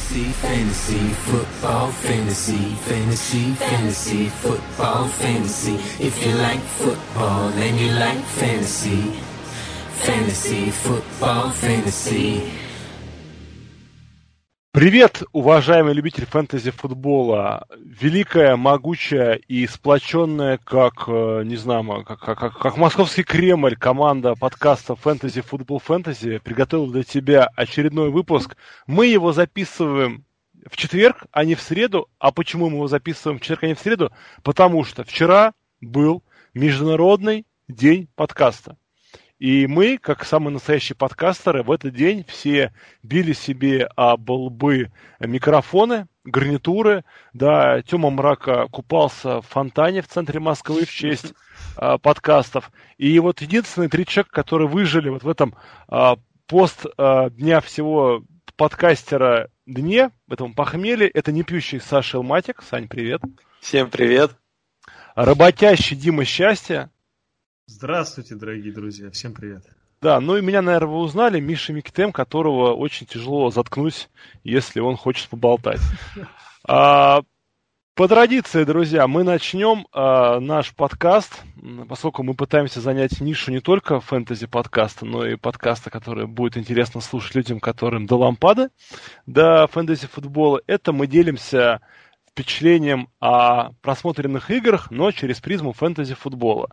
fantasy, fantasy, football, fantasy, fantasy, fantasy, football, fantasy. If you like football and you like fantasy, fantasy, football, fantasy. Привет, уважаемый любитель фэнтези-футбола. Великая, могучая и сплоченная, как, не знаю, как московский Кремль, команда подкаста «Фэнтези Футбол Фэнтези» приготовила для тебя очередной выпуск. Мы его записываем в четверг, а не в среду. А почему мы его записываем в четверг, а не в среду? Потому что вчера был Международный день подкаста. И мы, как самые настоящие подкастеры, в этот день все били себе об лбы микрофоны, гарнитуры. Да, Тёма Мрака купался в фонтане в центре Москвы в честь подкастов. И вот единственные три человека, которые выжили вот в этом пост дня всего подкастера дне, в этом похмелье, это непьющий Саша Илматик. Сань, привет. Всем привет. Работящий Дима Счастье. Здравствуйте, дорогие друзья, всем привет. Да, ну и меня, наверное, вы узнали, Миша Миктем, которого очень тяжело заткнуть, если он хочет поболтать. По традиции, друзья, мы начнем наш подкаст, поскольку мы пытаемся занять нишу не только фэнтези-подкаста, но и подкаста, который будет интересно слушать людям, которым до лампады, до фэнтези-футбола. Это мы делимся впечатлением о просмотренных играх, но через призму фэнтези-футбола.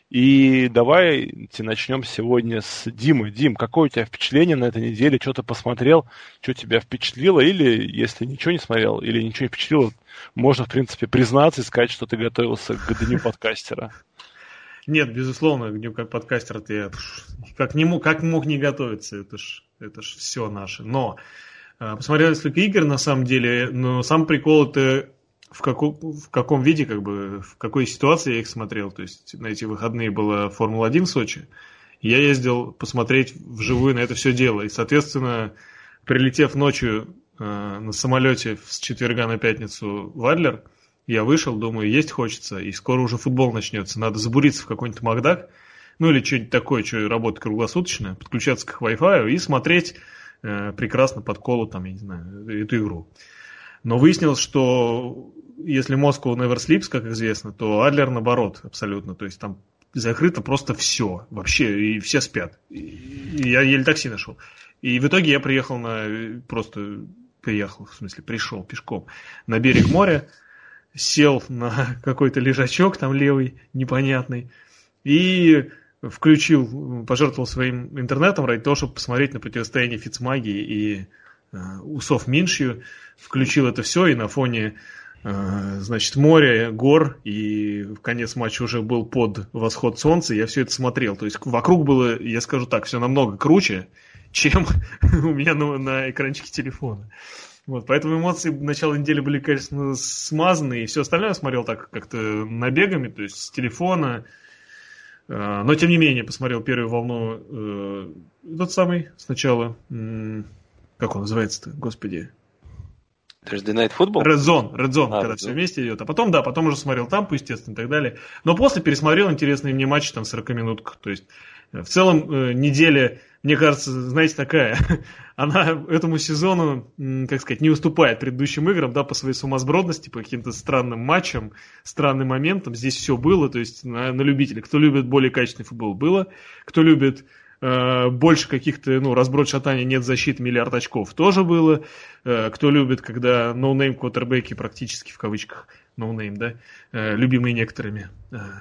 И давайте начнем сегодня с Димы. Дим, какое у тебя впечатление на этой неделе? Что ты посмотрел? Что тебя впечатлило? Или, если ничего не смотрел, или ничего не впечатлило, можно, в принципе, признаться и сказать, что ты готовился к Дню подкастера. Нет, безусловно, к Дню подкастера я как мог не готовиться. Это ж все наше. Но посмотрел несколько игр, на самом деле. Но сам прикол это... В каком виде, в какой ситуации я их смотрел. То есть на эти выходные была Формула-1 в Сочи. Я ездил посмотреть вживую на это все дело. И, соответственно, прилетев ночью на самолете с четверга на пятницу в Адлер, я вышел, думаю, есть хочется, и скоро уже футбол начнется. Надо забуриться в какой-нибудь Макдак, ну или что-нибудь такое, что работает круглосуточно, подключаться к Wi-Fi и смотреть прекрасно под колу, там, я не знаю, эту игру. Но выяснилось, что если Moscow never sleeps, как известно, то Адлер наоборот абсолютно. То есть там закрыто просто все. Вообще, и все спят. И я еле такси нашел. И в итоге я пришел, пришел пешком на берег моря, сел на какой-то лежачок там левый, непонятный, и пожертвовал своим интернетом ради того, чтобы посмотреть на противостояние Фицмаги и Усов Миншью, включил это все, и на фоне моря, гор, и в конец матча уже был под восход солнца, я все это смотрел. То есть вокруг было, я скажу так, все намного круче, чем у меня на экранчике телефона. Вот, поэтому эмоции начала недели были, конечно, смазаны, и все остальное я смотрел так как-то набегами, то есть с телефона. Но, тем не менее, посмотрел первую волну, тот самый сначала... Как он называется-то, господи? Thursday Night Football? Red Zone, когда все вместе идет. А потом уже смотрел Тампу, естественно, и так далее. Но после пересмотрел интересные мне матчи, там, 40-минутку. То есть, в целом, неделя, мне кажется, знаете, такая, она этому сезону, не уступает предыдущим играм, да, по своей сумасбродности, по каким-то странным матчам, странным моментам. Здесь все было, то есть, на любителя. Кто любит более качественный футбол, было. Кто любит... больше каких-то, разброд шатания, нет защиты, миллиард очков тоже было. Кто любит, когда ноунейм квотербеки, практически в кавычках ноунейм, да, любимые некоторыми,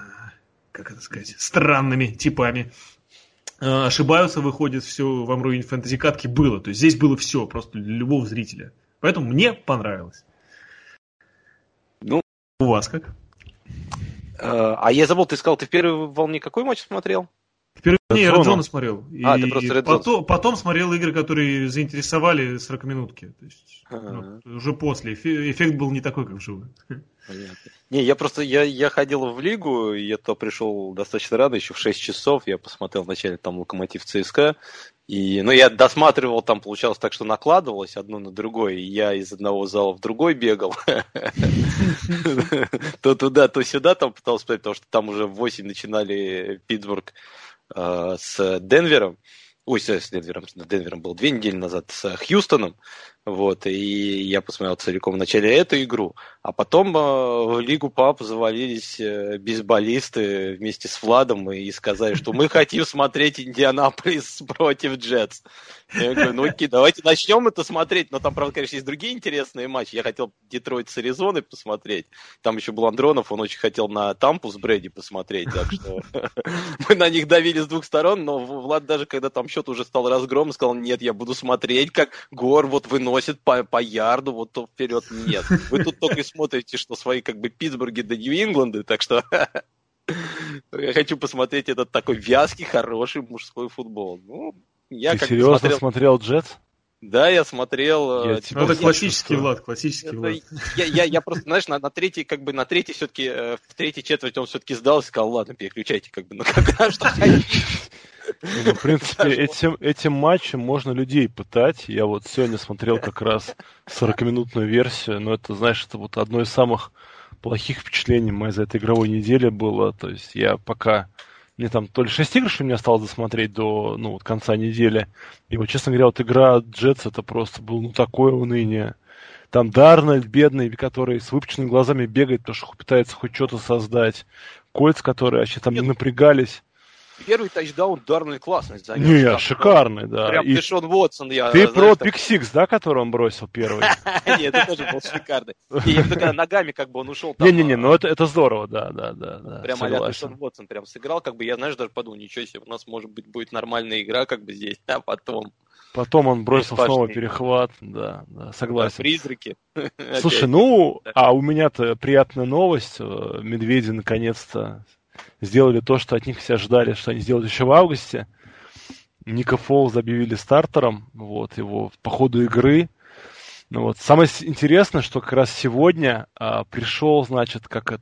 странными типами, ошибаются, выходит все в уровень фэнтези-катки, было. То есть здесь было все, просто для любого зрителя. Поэтому мне понравилось. Ну, у вас как? А я забыл, ты сказал, ты в первой волне какой матч смотрел? Я Red Zone смотрел. Ты просто Red Zone. Потом смотрел игры, которые заинтересовали 40-минутки. То есть, уже после. Эффект был не такой, как вживую. Понятно. Не, я ходил в лигу, и я туда пришел достаточно рано, еще в 6 часов. Я посмотрел вначале там Локомотив ЦСКА. Я досматривал, там получалось так, что накладывалось одно на другое, и я из одного зала в другой бегал. То туда, то сюда там пытался смотреть, потому что там уже в 8 начинали Питтсбург с Денвером. С Денвером был 2 недели назад, с Хьюстоном. Вот, и я посмотрел целиком вначале эту игру, а потом в Лигу Пап завалились бейсболисты вместе с Владом и сказали, что мы хотим смотреть Индианаполис против Джетс. Я говорю, ну окей, давайте начнем это смотреть. Но там, правда, конечно, есть другие интересные матчи. Я хотел Детройт с Аризоной посмотреть. Там еще был Андронов, он очень хотел на Тампу с Брэди посмотреть. Так что мы на них давили с двух сторон. Но Влад даже, когда там счет уже стал разгромом, сказал, нет, я буду смотреть, как Гор вот выносит по ярду, вот то вперед. Нет. Вы тут только и смотрите, что свои как бы Питтсбурги да Нью-Ингланды. Так что я хочу посмотреть этот такой вязкий, хороший мужской футбол. Ну, Ты серьезно смотрел Джетс? Да, я смотрел. Это классический Влад, классический Влад. Я просто, знаешь, на третий все-таки, в третьей четверти он все-таки сдался и сказал, ладно, переключайте, как бы, ну как, что хотите. Ну, в принципе, этим матчем можно людей пытать. Я вот сегодня смотрел как раз 40-минутную версию, но это, знаешь, это вот одно из самых плохих впечатлений моей за этой игровой недели было. То есть я пока... Мне там то ли 6 игр, что мне осталось досмотреть до конца недели. И вот, честно говоря, вот игра Джетс, это просто было такое уныние. Там Дарнольд, бедный, который с выпученными глазами бегает, потому что пытается хоть что-то создать. Кольц, которые вообще там не напрягались. Первый тачдаун Дарнольд классный занес. Не, шикарный, да. Прям Дэшон Уотсон. Ты про Пик-Сикс, да, который он бросил первый? Нет, это тоже был шикарный. Я когда ногами как бы он ушел. Не-не-не, ну это здорово, да. Прям а-ля Дэшон Уотсон прям сыграл, как бы я, знаешь, даже подумал, ничего себе, у нас, может быть, будет нормальная игра как бы здесь, а потом... Потом он бросил снова перехват, да, согласен. Призраки. Слушай, а у меня-то приятная новость. Медведи наконец-то сделали то, что от них все ждали, что они сделают еще в августе. Ника Фолз объявили стартером, вот, его по ходу игры. Ну, вот. Самое интересное, что как раз сегодня пришел, значит,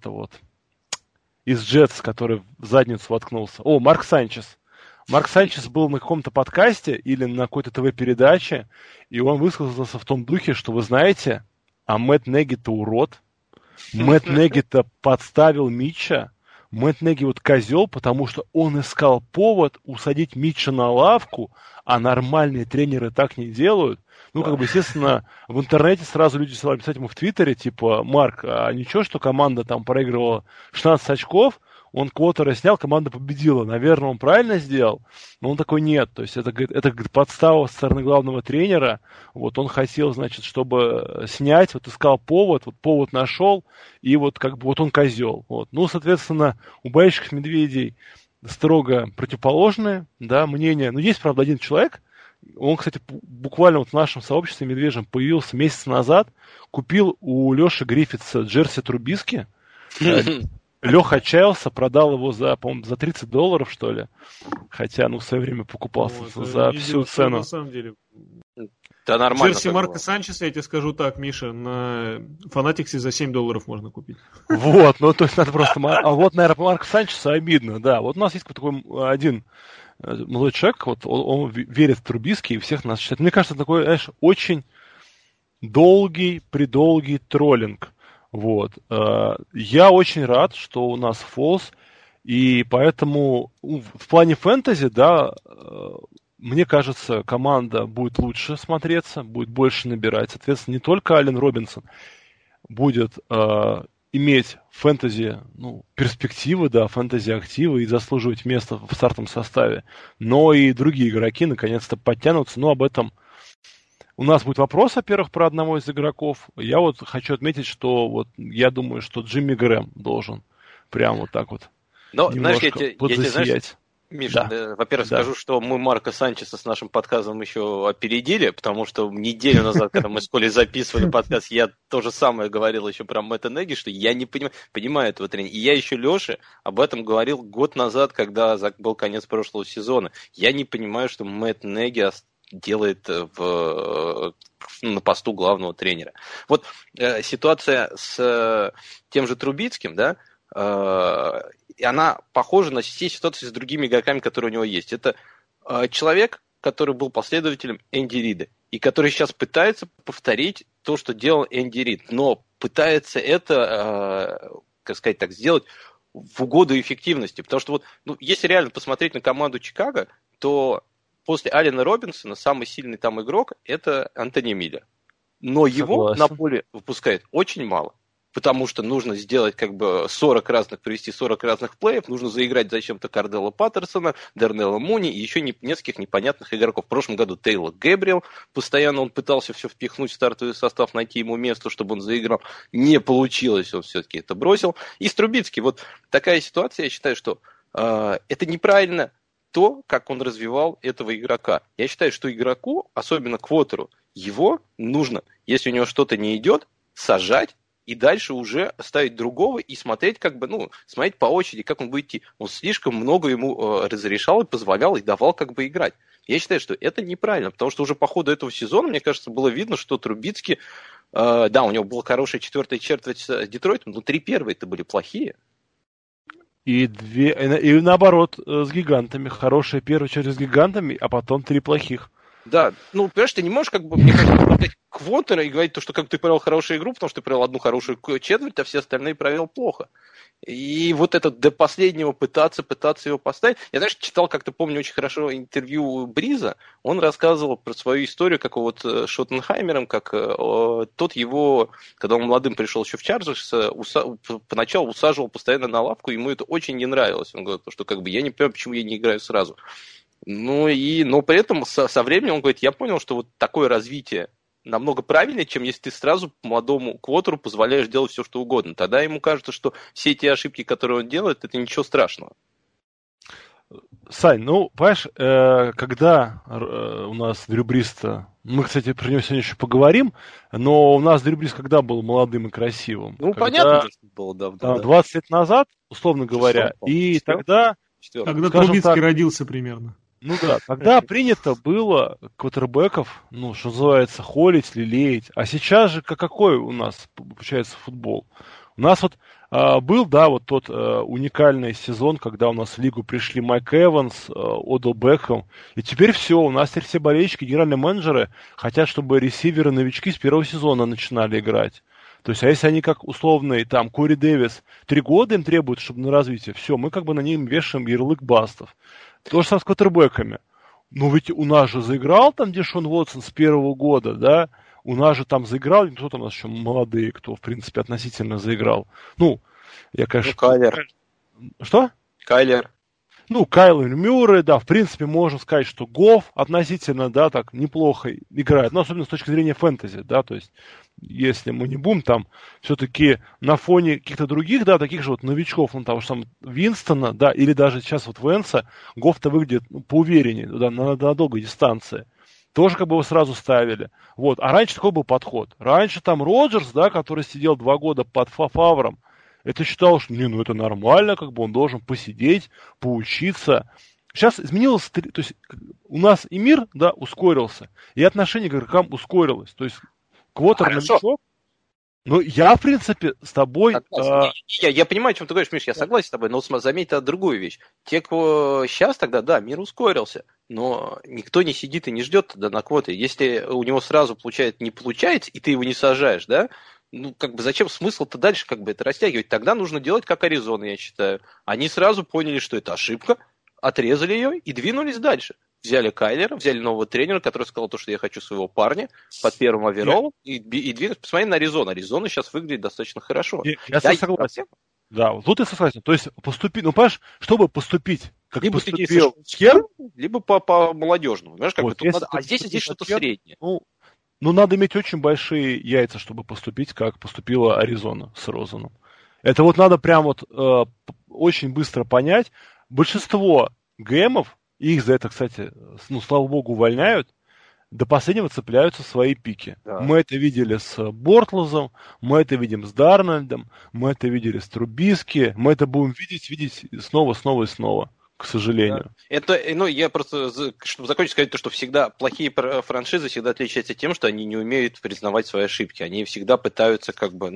из Джетс, который в задницу воткнулся. Марк Санчес. Марк Санчес был на каком-то подкасте или на какой-то ТВ-передаче, и он высказался в том духе, что, вы знаете, Мэтт Неги-то урод, Мэтт Неги-то подставил Митча, Мэтт Неги вот козел, потому что он искал повод усадить Митча на лавку, а нормальные тренеры так не делают. Ну, как бы, естественно, в интернете сразу люди стали писать ему в Твиттере, типа, Марк, а ничего, что команда там проигрывала 16 очков, он квотера снял, команда победила. Наверное, он правильно сделал, но он такой нет. То есть это подстава со стороны главного тренера. Вот он хотел, значит, чтобы снять, вот искал повод, вот повод нашел, и вот как бы вот он козел. Вот. Ну, соответственно, у болельщиков Медведей строго противоположное, да, мнение. Но есть, правда, один человек, он, кстати, буквально вот в нашем сообществе медвежьем появился месяц назад, купил у Леши Гриффитса джерси Трубиски. Леха отчаялся, продал его по-моему, за $30, что ли. Хотя, в свое время покупался за всю цену. На самом деле. Да, нормально. Джерси Марка Санчеса, я тебе скажу так, Миша, на Фанатиксе за $7 можно купить. Вот, то есть надо просто... А вот, наверное, по Марку Санчесу обидно, да. Вот у нас есть такой один молодой человек, вот он верит в Трубиски и всех нас считает. Мне кажется, такой, знаешь, очень долгий троллинг. Вот. Я очень рад, что у нас Фолз, и поэтому в плане фэнтези, да, мне кажется, команда будет лучше смотреться, будет больше набирать. Соответственно, не только Аллен Робинсон будет иметь фэнтези, перспективы, да, фэнтези-активы и заслуживать места в стартовом составе, но и другие игроки наконец-то подтянутся, об этом у нас будет вопрос, во-первых, про одного из игроков. Я вот хочу отметить, что я думаю, что Джимми Грэм должен прям вот так вот немножко подзасиять. Миша, да. Во-первых, скажу, что мы Марка Санчеса с нашим подкастом еще опередили, потому что неделю назад, когда мы с Колей записывали подкаст, я то же самое говорил еще про Мэтта Неги, что я не понимаю этого тренера. И я еще Леше об этом говорил год назад, когда был конец прошлого сезона. Я не понимаю, что Мэтт Неги делает на посту главного тренера. Вот ситуация с тем же Трубицким, да, она похожа на все ситуации с другими игроками, которые у него есть. Это человек, который был последователем Энди Рида, и который сейчас пытается повторить то, что делал Энди Рид, но пытается это, сделать в угоду эффективности. Потому что если реально посмотреть на команду Чикаго, то после Аллена Робинсона самый сильный там игрок – это Антони Миллер. но его Согласен. на поле выпускает очень мало. Потому что нужно сделать провести 40 разных плеев, нужно заиграть зачем-то Карделла Паттерсона, Дарнелла Муни и еще нескольких непонятных игроков. В прошлом году Тейлор Гэбриэл, постоянно он пытался все впихнуть в стартовый состав, найти ему место, чтобы он заиграл. Не получилось, он все-таки это бросил. И Струбицкий, вот такая ситуация, я считаю, что это неправильно то, как он развивал этого игрока. Я считаю, что игроку, особенно квотеру, его нужно, если у него что-то не идет, сажать, и дальше уже ставить другого и смотреть, смотреть по очереди, как он будет идти. Он слишком много ему разрешал и позволял, и давал играть. Я считаю, что это неправильно, потому что уже по ходу этого сезона, мне кажется, было видно, что Трубицкий, да, у него была хорошая четвертая четверть с Детройтом, но 3 первые-то были плохие. И наоборот, с гигантами. Хорошая первая четверть с гигантами, а потом 3 плохих. Да, понимаешь, ты не можешь, мне кажется, квотера и говорить, что ты провел хорошую игру, потому что ты провел одну хорошую четверть, а все остальные провел плохо. И вот это до последнего пытаться его поставить. Я даже читал, как-то помню, очень хорошо интервью Бриза. Он рассказывал про свою историю, как с Шоттенхаймером, как тот его, когда он молодым пришел еще в Чарджерс, поначалу усаживал постоянно на лавку, ему это очень не нравилось. Он говорит, что я не понимаю, почему я не играю сразу. Но при этом со временем он говорит, я понял, что вот такое развитие намного правильнее, чем если ты сразу молодому квотеру позволяешь делать все, что угодно. Тогда ему кажется, что все те ошибки, которые он делает, это ничего страшного. Сань, понимаешь, когда у нас Дрю Бриз-то, мы, кстати, про него сегодня еще поговорим, но у нас Дрю Бриз когда был молодым и красивым? Понятно, что было давно. 20 лет назад, условно говоря, и тогда... Когда Трубицкий родился примерно. Тогда принято было квотербеков, что называется, холить, лелеять. А сейчас же какой у нас получается футбол? У нас был, тот уникальный сезон, когда у нас в лигу пришли Майк Эванс, Одо Бекхэм, и теперь все, у нас теперь все болельщики, генеральные менеджеры хотят, чтобы ресиверы-новички с первого сезона начинали играть. То есть, а если они как условный, Кори Дэвис, 3 года им требуют, чтобы на развитие, все, мы на ним вешаем ярлык бастов. То же самое с квотербеками. Ведь у нас же заиграл Дешон Уотсон с первого года, да? У нас же там заиграл, кто там у нас еще молодые, кто, в принципе, относительно заиграл. Я, конечно... Кайлер. Что? Кайлер. Кайлер Мюррей, да, в принципе, можно сказать, что Гофф относительно, да, так неплохо играет, особенно с точки зрения фэнтези, да, то есть, если мы не будем все-таки на фоне каких-то других, да, таких же новичков, того же самого Винстона, да, или даже сейчас Венса, Гофф-то выглядит поувереннее, да, на долгой дистанции. Тоже его сразу ставили. А раньше такой был подход. Раньше Роджерс, да, который сидел 2 года под Фавром, это считал, что это нормально, он должен посидеть, поучиться. Сейчас изменилось, то есть у нас и мир, да, ускорился, и отношение к игрокам ускорилось. То есть квотер-новичок. Я, в принципе, с тобой... Я понимаю, о чем ты говоришь, Миш, я согласен с тобой, но заметь другую вещь. Те, кто сейчас тогда, да, мир ускорился, но никто не сидит и не ждет тогда на квоты. Если у него сразу не получается, и ты его не сажаешь, да, зачем смысл-то дальше это растягивать? Тогда нужно делать, как Аризона, я считаю. Они сразу поняли, что это ошибка, отрезали ее и двинулись дальше. Взяли Кайлера, взяли нового тренера, который сказал что я хочу своего парня под первым оверолом, и двинулись. Посмотри на Аризону. Аризона сейчас выглядит достаточно хорошо. Я согласен. Да, тут я согласен. То есть поступить, понимаешь, чтобы поступить, как либо поступил Хер, либо по молодежному. Понимаешь, а здесь что-то среднее. Надо иметь очень большие яйца, чтобы поступить, как поступила Аризона с Розаном. Это надо прям очень быстро понять. Большинство ГМов, их за это, кстати, слава богу, увольняют, до последнего цепляются в свои пики. Да. Мы это видели с Бортлзом, мы это видим с Дарнольдом, мы это видели с Трубиски, мы это будем видеть снова и снова. К сожалению. Да. Это, я просто, чтобы закончить, сказать то, что всегда плохие франшизы всегда отличаются тем, что они не умеют признавать свои ошибки. Они всегда пытаются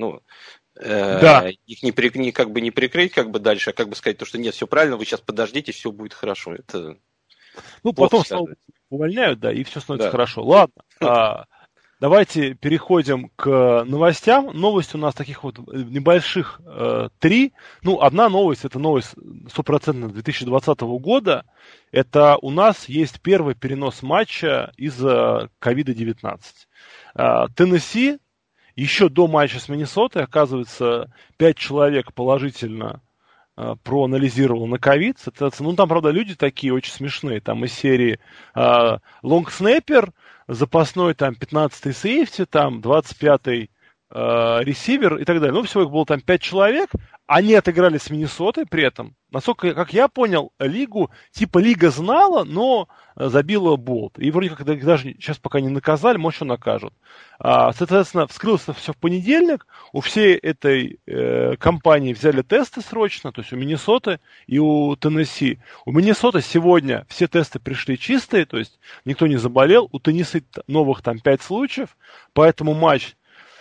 их не прикрыть дальше, а сказать то, что нет, все правильно, вы сейчас подождите, все будет хорошо. Это потом снова увольняют, да, и все становится хорошо. Ладно. давайте переходим к новостям. Новости у нас таких вот небольших 3. Ну, одна новость, это новость 100% 2020 года. Это у нас есть первый перенос матча из-за COVID-19. Теннесси еще до матча с Миннесотой, оказывается, 5 человек положительно проанализировал на ковид. Ну, там, правда, люди такие очень смешные. Там из серии лонгснэпер, запасной там 15-й сейфти, там 25-й ресивер и так далее. Ну, всего их было там 5 человек. Они отыграли с Миннесотой при этом. Насколько, как я понял, лига знала, но забила болт. И вроде как даже сейчас пока не наказали, может, еще накажут. Соответственно, вскрылось все в понедельник. У всей этой компании взяли тесты срочно, то есть у Миннесоты и у Теннесси. У Миннесоты сегодня все тесты пришли чистые, то есть никто не заболел. У Теннесси новых там 5 случаев, поэтому матч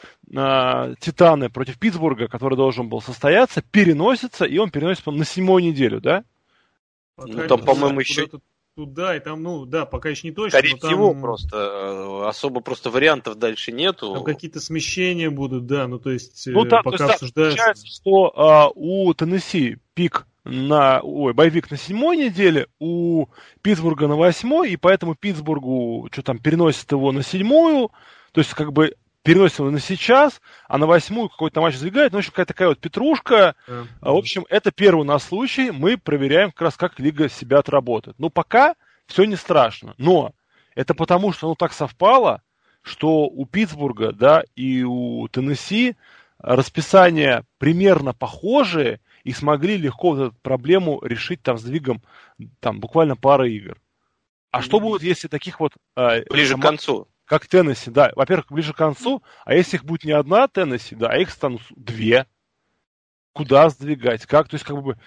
Титаны против Питтсбурга, который должен был состояться, переносится, и он переносится на 7-ю неделю, да? Ну, там, по-моему, еще... Туда, и там, ну, да, пока еще не точно. Скорее всего, просто особо просто вариантов дальше нету. Там какие-то смещения будут, да, ну, то есть, да, пока то есть, обсуждается. Получается, что у Теннесси боевик на 7-й неделе, у Питтсбурга на 8-й, и поэтому Питтсбургу переносит его на 7-ю, то есть, как бы, переносит его на сейчас, а на 8-ю какой-то матч сдвигает. Ну, в общем, какая-то такая вот петрушка. В общем, это первый у нас случай. Мы проверяем как раз, как лига себя отработает. Ну, пока все не страшно. Но это потому, что так совпало, что у Питтсбурга, да, и у Теннесси расписания примерно похожие и смогли легко эту проблему решить там сдвигом там буквально пары игр. А что будет, если таких вот... Ближе к концу. Как Теннесси, да. Во-первых, ближе к концу, а если их будет не одна Теннесси, да, а их станут 2. Куда сдвигать? Как? То есть, как бы,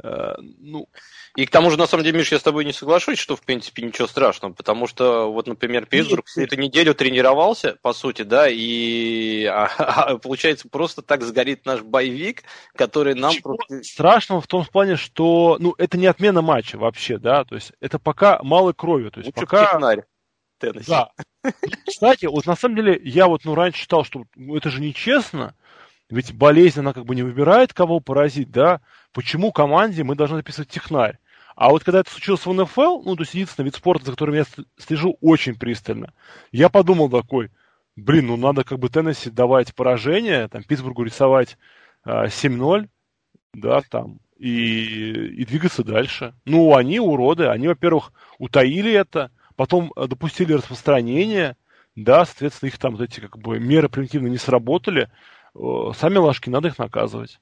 И к тому же, на самом деле, Миш, я с тобой не соглашусь, что, в принципе, ничего страшного, потому что, вот, например, Питтсбург всю эту неделю тренировался, по сути, да, и получается, просто так сгорит наш боевик, который нам... Страшного в том плане, что, это не отмена матча вообще, да, то есть, это пока малой кровью, то есть, лучше пока... технарь. Теннесси. Да. Кстати, вот на самом деле, я вот раньше считал, что это же нечестно, ведь болезнь, она как бы не выбирает, кого поразить, да, почему команде мы должны записывать технарь? А вот когда это случилось в НФЛ, то есть единственный вид спорта, за которым я слежу очень пристально, я подумал такой, надо как бы Теннесси давать поражение, там, Питтсбургу рисовать 7-0, да, там, и двигаться дальше. Они уроды, они, во-первых, утаили это, потом допустили распространение, да, соответственно, их там вот эти как бы меры превентивно не сработали. Сами ложки, надо их наказывать.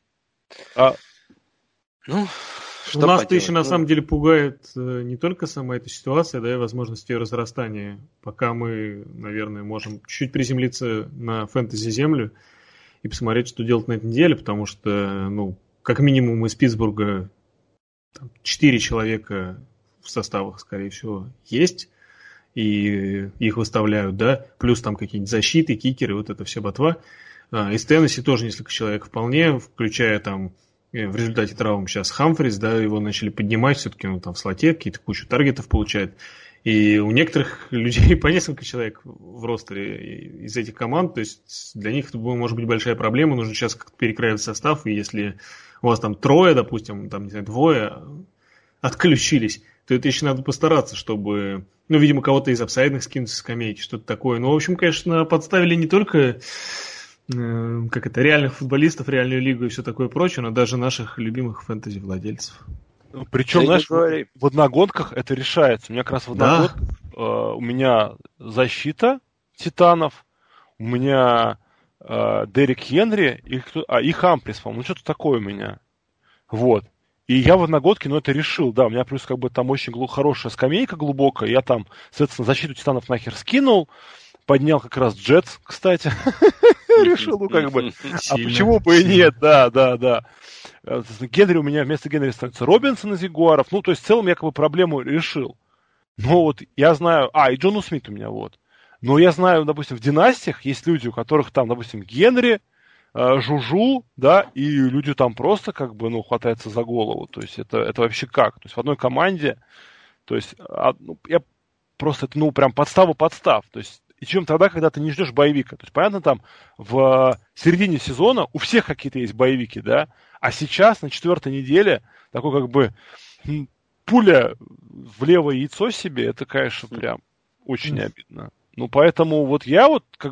Нас-то еще на самом деле пугает не только сама эта ситуация, да, и возможность ее разрастания. Пока мы, наверное, можем чуть-чуть приземлиться на фэнтези-землю и посмотреть, что делать на этой неделе, потому что, как минимум из Питтсбурга 4 человека в составах, скорее всего, есть. И их выставляют, да, плюс там какие-нибудь защиты, кикеры, вот это все ботва. Из Теннесси тоже несколько человек вполне, включая там в результате травм сейчас Хамфрис, да, его начали поднимать, все-таки он там в слоте какие-то кучу таргетов получает. И у некоторых людей по несколько человек в ростере из этих команд, то есть для них это может быть большая проблема, нужно сейчас как-то перекраивать состав, и если у вас там 3, допустим, там, не знаю, 2 отключились, то это еще надо постараться, чтобы, видимо, кого-то из апсайдных скинуть со скамейки, что-то такое. В общем, конечно, подставили не только реальных футболистов, реальную лигу и все такое прочее, но даже наших любимых фэнтези-владельцев. Причем, знаешь, в одногонках это решается. У меня как раз в одногонках у меня защита Титанов, у меня Дерек Хенри и Хамфрис, по-моему, что-то такое у меня. Вот. И я в одногодке, это решил, да, у меня плюс как бы там очень хорошая скамейка глубокая, я там, соответственно, защиту Титанов нахер скинул, поднял как раз Джетс, кстати, решил, как бы, а почему бы и нет, да. Генри у меня, вместо Генри становится Робинсон из Ягуаров, то есть в целом я как бы проблему решил. Но вот я знаю, и Джону Смит у меня вот, но я знаю, допустим, в династиях есть люди, у которых там, допустим, Генри, Жужу, да, и люди там просто как бы, хватаются за голову. То есть это вообще как? То есть в одной команде, то есть я просто, это, прям подстава. То есть и чем тогда, когда ты не ждешь боевика. То есть, понятно, там в середине сезона у всех какие-то есть боевики, да, а сейчас на 4-й неделе такой как бы пуля в левое яйцо себе, это, конечно, прям очень обидно. Ну, поэтому вот я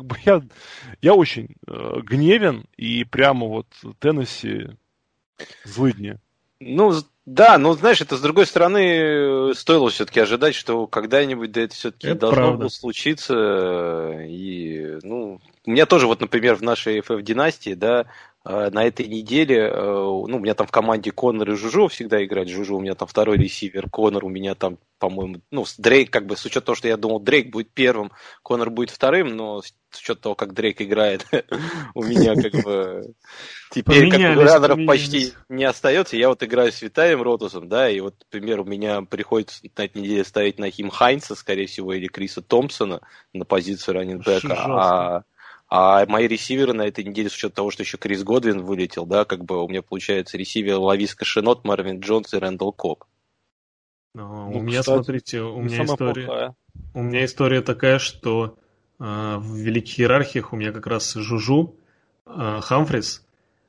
очень гневен, и прямо вот Теннесси злыдни. Ну, да, но знаешь, это с другой стороны стоило все-таки ожидать, что когда-нибудь да, это все-таки должно было случиться. И, ну, у меня тоже, вот, например, в нашей FF-династии, да, на этой неделе, ну, у меня там в команде Коннор и Жужу всегда играет. Жужу у меня там второй ресивер, Коннор у меня там, по-моему, ну, Дрейк, как бы, с учетом того, что я думал, Дрейк будет первым, Коннор будет вторым, но с учетом того, как Дрейк играет, у меня, как бы, теперь, как бы, раннеров почти не остается. Я вот играю с Виталием Ротусом, да, и вот, например, у меня приходится на этой неделе ставить Нахим Хайнса, скорее всего, или Криса Томпсона на позицию раннинг-бэка, а мои ресиверы на этой неделе, с учетом того, что еще Крис Годвин вылетел, да, как бы у меня получается ресивер Лавис Кашенот, Марвин Джонс и Рэндалл Коб. У меня, кстати, смотрите, у меня история такая, что в великих иерархиях у меня как раз Жужу, Хамфрис,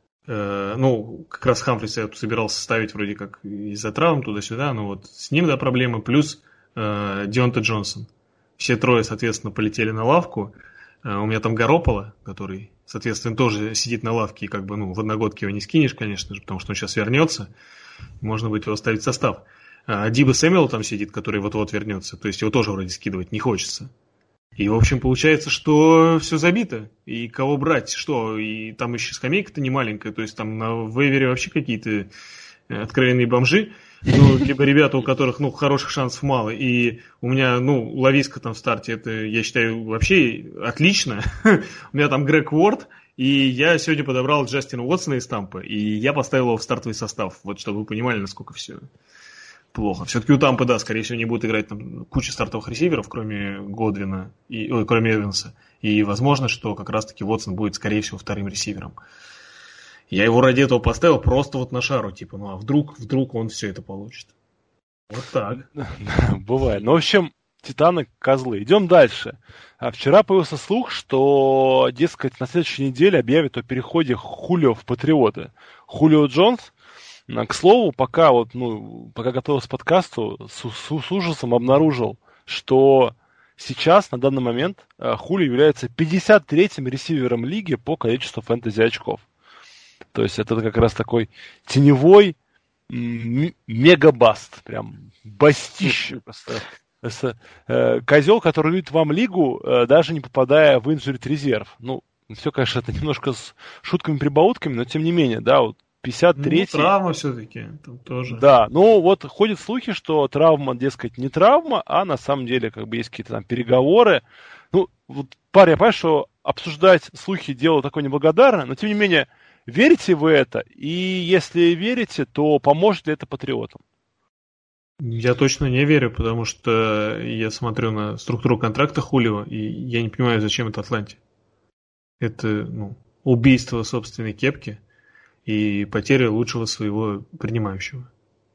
ну, как раз Хамфриса я собирался ставить вроде как из-за травм туда-сюда, но вот с ним, да, проблемы, плюс Дионте Джонсон. Все трое, соответственно, полетели на лавку. У меня там Гарополо, который, соответственно, тоже сидит на лавке, и как бы, ну, в одногодке его не скинешь, конечно же, потому что он сейчас вернется, можно будет его ставить в состав. А Диба Сэмюэл там сидит, который вот-вот вернется, то есть его тоже вроде скидывать не хочется. И, в общем, получается, что все забито, и кого брать, что, и там еще скамейка-то не маленькая, то есть там на вейвере вообще какие-то откровенные бомжи, ну, либо ребята, у которых, ну, хороших шансов мало, и у меня, ну, Лависка там в старте, это, я считаю, вообще отлично, у меня там Грег Уорд, и я сегодня подобрал Джастина Уотсона из Тампа, и я поставил его в стартовый состав, вот, чтобы вы понимали, насколько все плохо. Все-таки у Тампы, да, скорее всего, не будут играть там куча стартовых ресиверов, кроме Годвина, кроме Эванса, и возможно, что как раз-таки Уотсон будет, скорее всего, вторым ресивером. Я его ради этого поставил просто вот на шару, типа, ну а вдруг он все это получит. Вот так. Бывает. Ну, в общем, Титаны козлы. Идем дальше. Вчера появился слух, что, дескать, на следующей неделе объявят о переходе Хулио в Патриоты. Хулио Джонс, к слову, пока готовился к подкасту, с ужасом обнаружил, что сейчас, на данный момент, Хулио является 53-м ресивером лиги по количеству фэнтези очков. То есть это как раз такой теневой мегабаст. Прям бастище просто. Козел, который видит вам лигу, даже не попадая в инжурит резерв. Ну, все, конечно, это немножко с шутками-прибаутками, но тем не менее, да, вот 53-й... Ну, травма все-таки там тоже. Да, ну вот ходят слухи, что травма, дескать, не травма, а на самом деле как бы есть какие-то там переговоры. Ну, вот, парень, я понимаю, что обсуждать слухи дело такое неблагодарное, но тем не менее, верите вы это? И если верите, то поможет ли это патриотам? Я точно не верю, потому что я смотрю на структуру контракта Хулио, и я не понимаю, зачем это Атланте. Это, ну, убийство собственной кепки и потеря лучшего своего принимающего.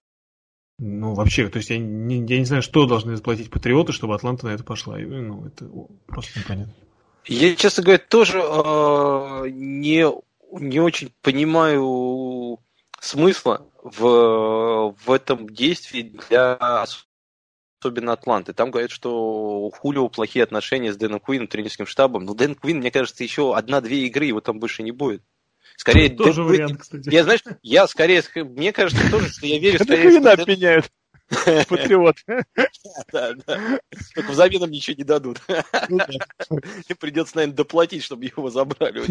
Ну, вообще, то есть я не знаю, что должны заплатить патриоты, чтобы Атланта на это пошла. Ну, это просто непонятно. Я, честно говоря, тоже не очень понимаю смысла в этом действии для особенно Атланты. Там говорят, что у Хулио плохие отношения с Дэном Куином, тренерским штабом. Но Дэн Куин, мне кажется, еще 1-2 игры его там больше не будет. Скорее, тоже вариант, кстати. Мне кажется тоже, что я верю... Дэн Куина обменяют. Патриот. Да. Только взамен им ничего не дадут. Им придется, наверное, доплатить, чтобы его забрали.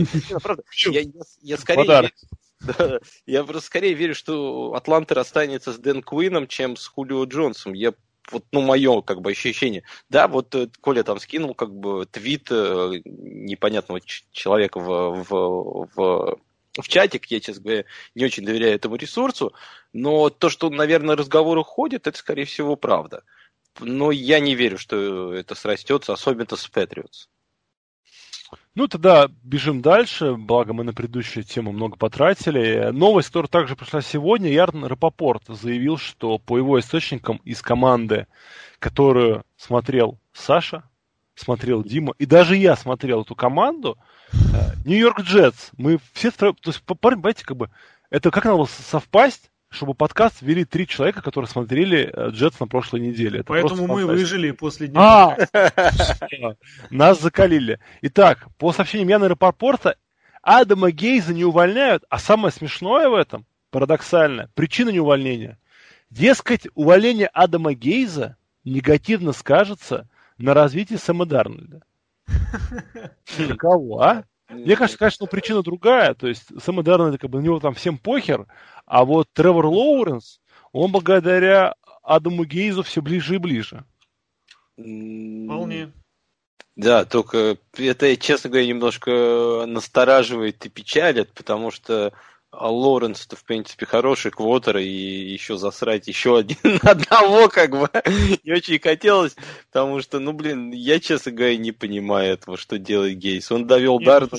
Я просто скорее верю, что Атланта расстанется с Дэн Куином, чем с Хулио Джонсом. Мое как бы ощущение. Да, вот Коля там скинул как бы твит непонятного человека в чатик, я, честно говоря, не очень доверяю этому ресурсу, но то, что, наверное, разговоры ходят, это, скорее всего, правда. Но я не верю, что это срастется, особенно с Патриотс. Ну, тогда бежим дальше, благо мы на предыдущую тему много потратили. Новость, которая также пришла сегодня, Ярн Рапопорт заявил, что по его источникам из команды, которую смотрел Саша, смотрел Дима, и даже я смотрел эту команду, Нью-Йорк Джетс. Мы все, то есть, понимаете, как бы, это как надо было совпасть, чтобы подкаст вели 3 человека, которые смотрели Джетс на прошлой неделе. Это поэтому мы выжили после дня. Нас закалили. Итак, по сообщениям Яны Рапопорта, Адама Гейза не увольняют, а самое смешное в этом, парадоксально, причина неувольнения. Дескать, увольнение Адама Гейза негативно скажется на развитии Сэма Дарнольда. Каково, а? Мне кажется, конечно, причина другая. То есть Сэма Дарнольда, как бы, на него там всем похер, а вот Тревор Лоуренс, он благодаря Адаму Гейзу все ближе и ближе. Вполне. Да, только это, честно говоря, немножко настораживает и печалит, потому что Лоуренс-то, в принципе, хороший квотер, и еще засрать еще одного, как бы, не очень хотелось, потому что, я, честно говоря, не понимаю этого, что делает Гейс. Он довел Дарнольда.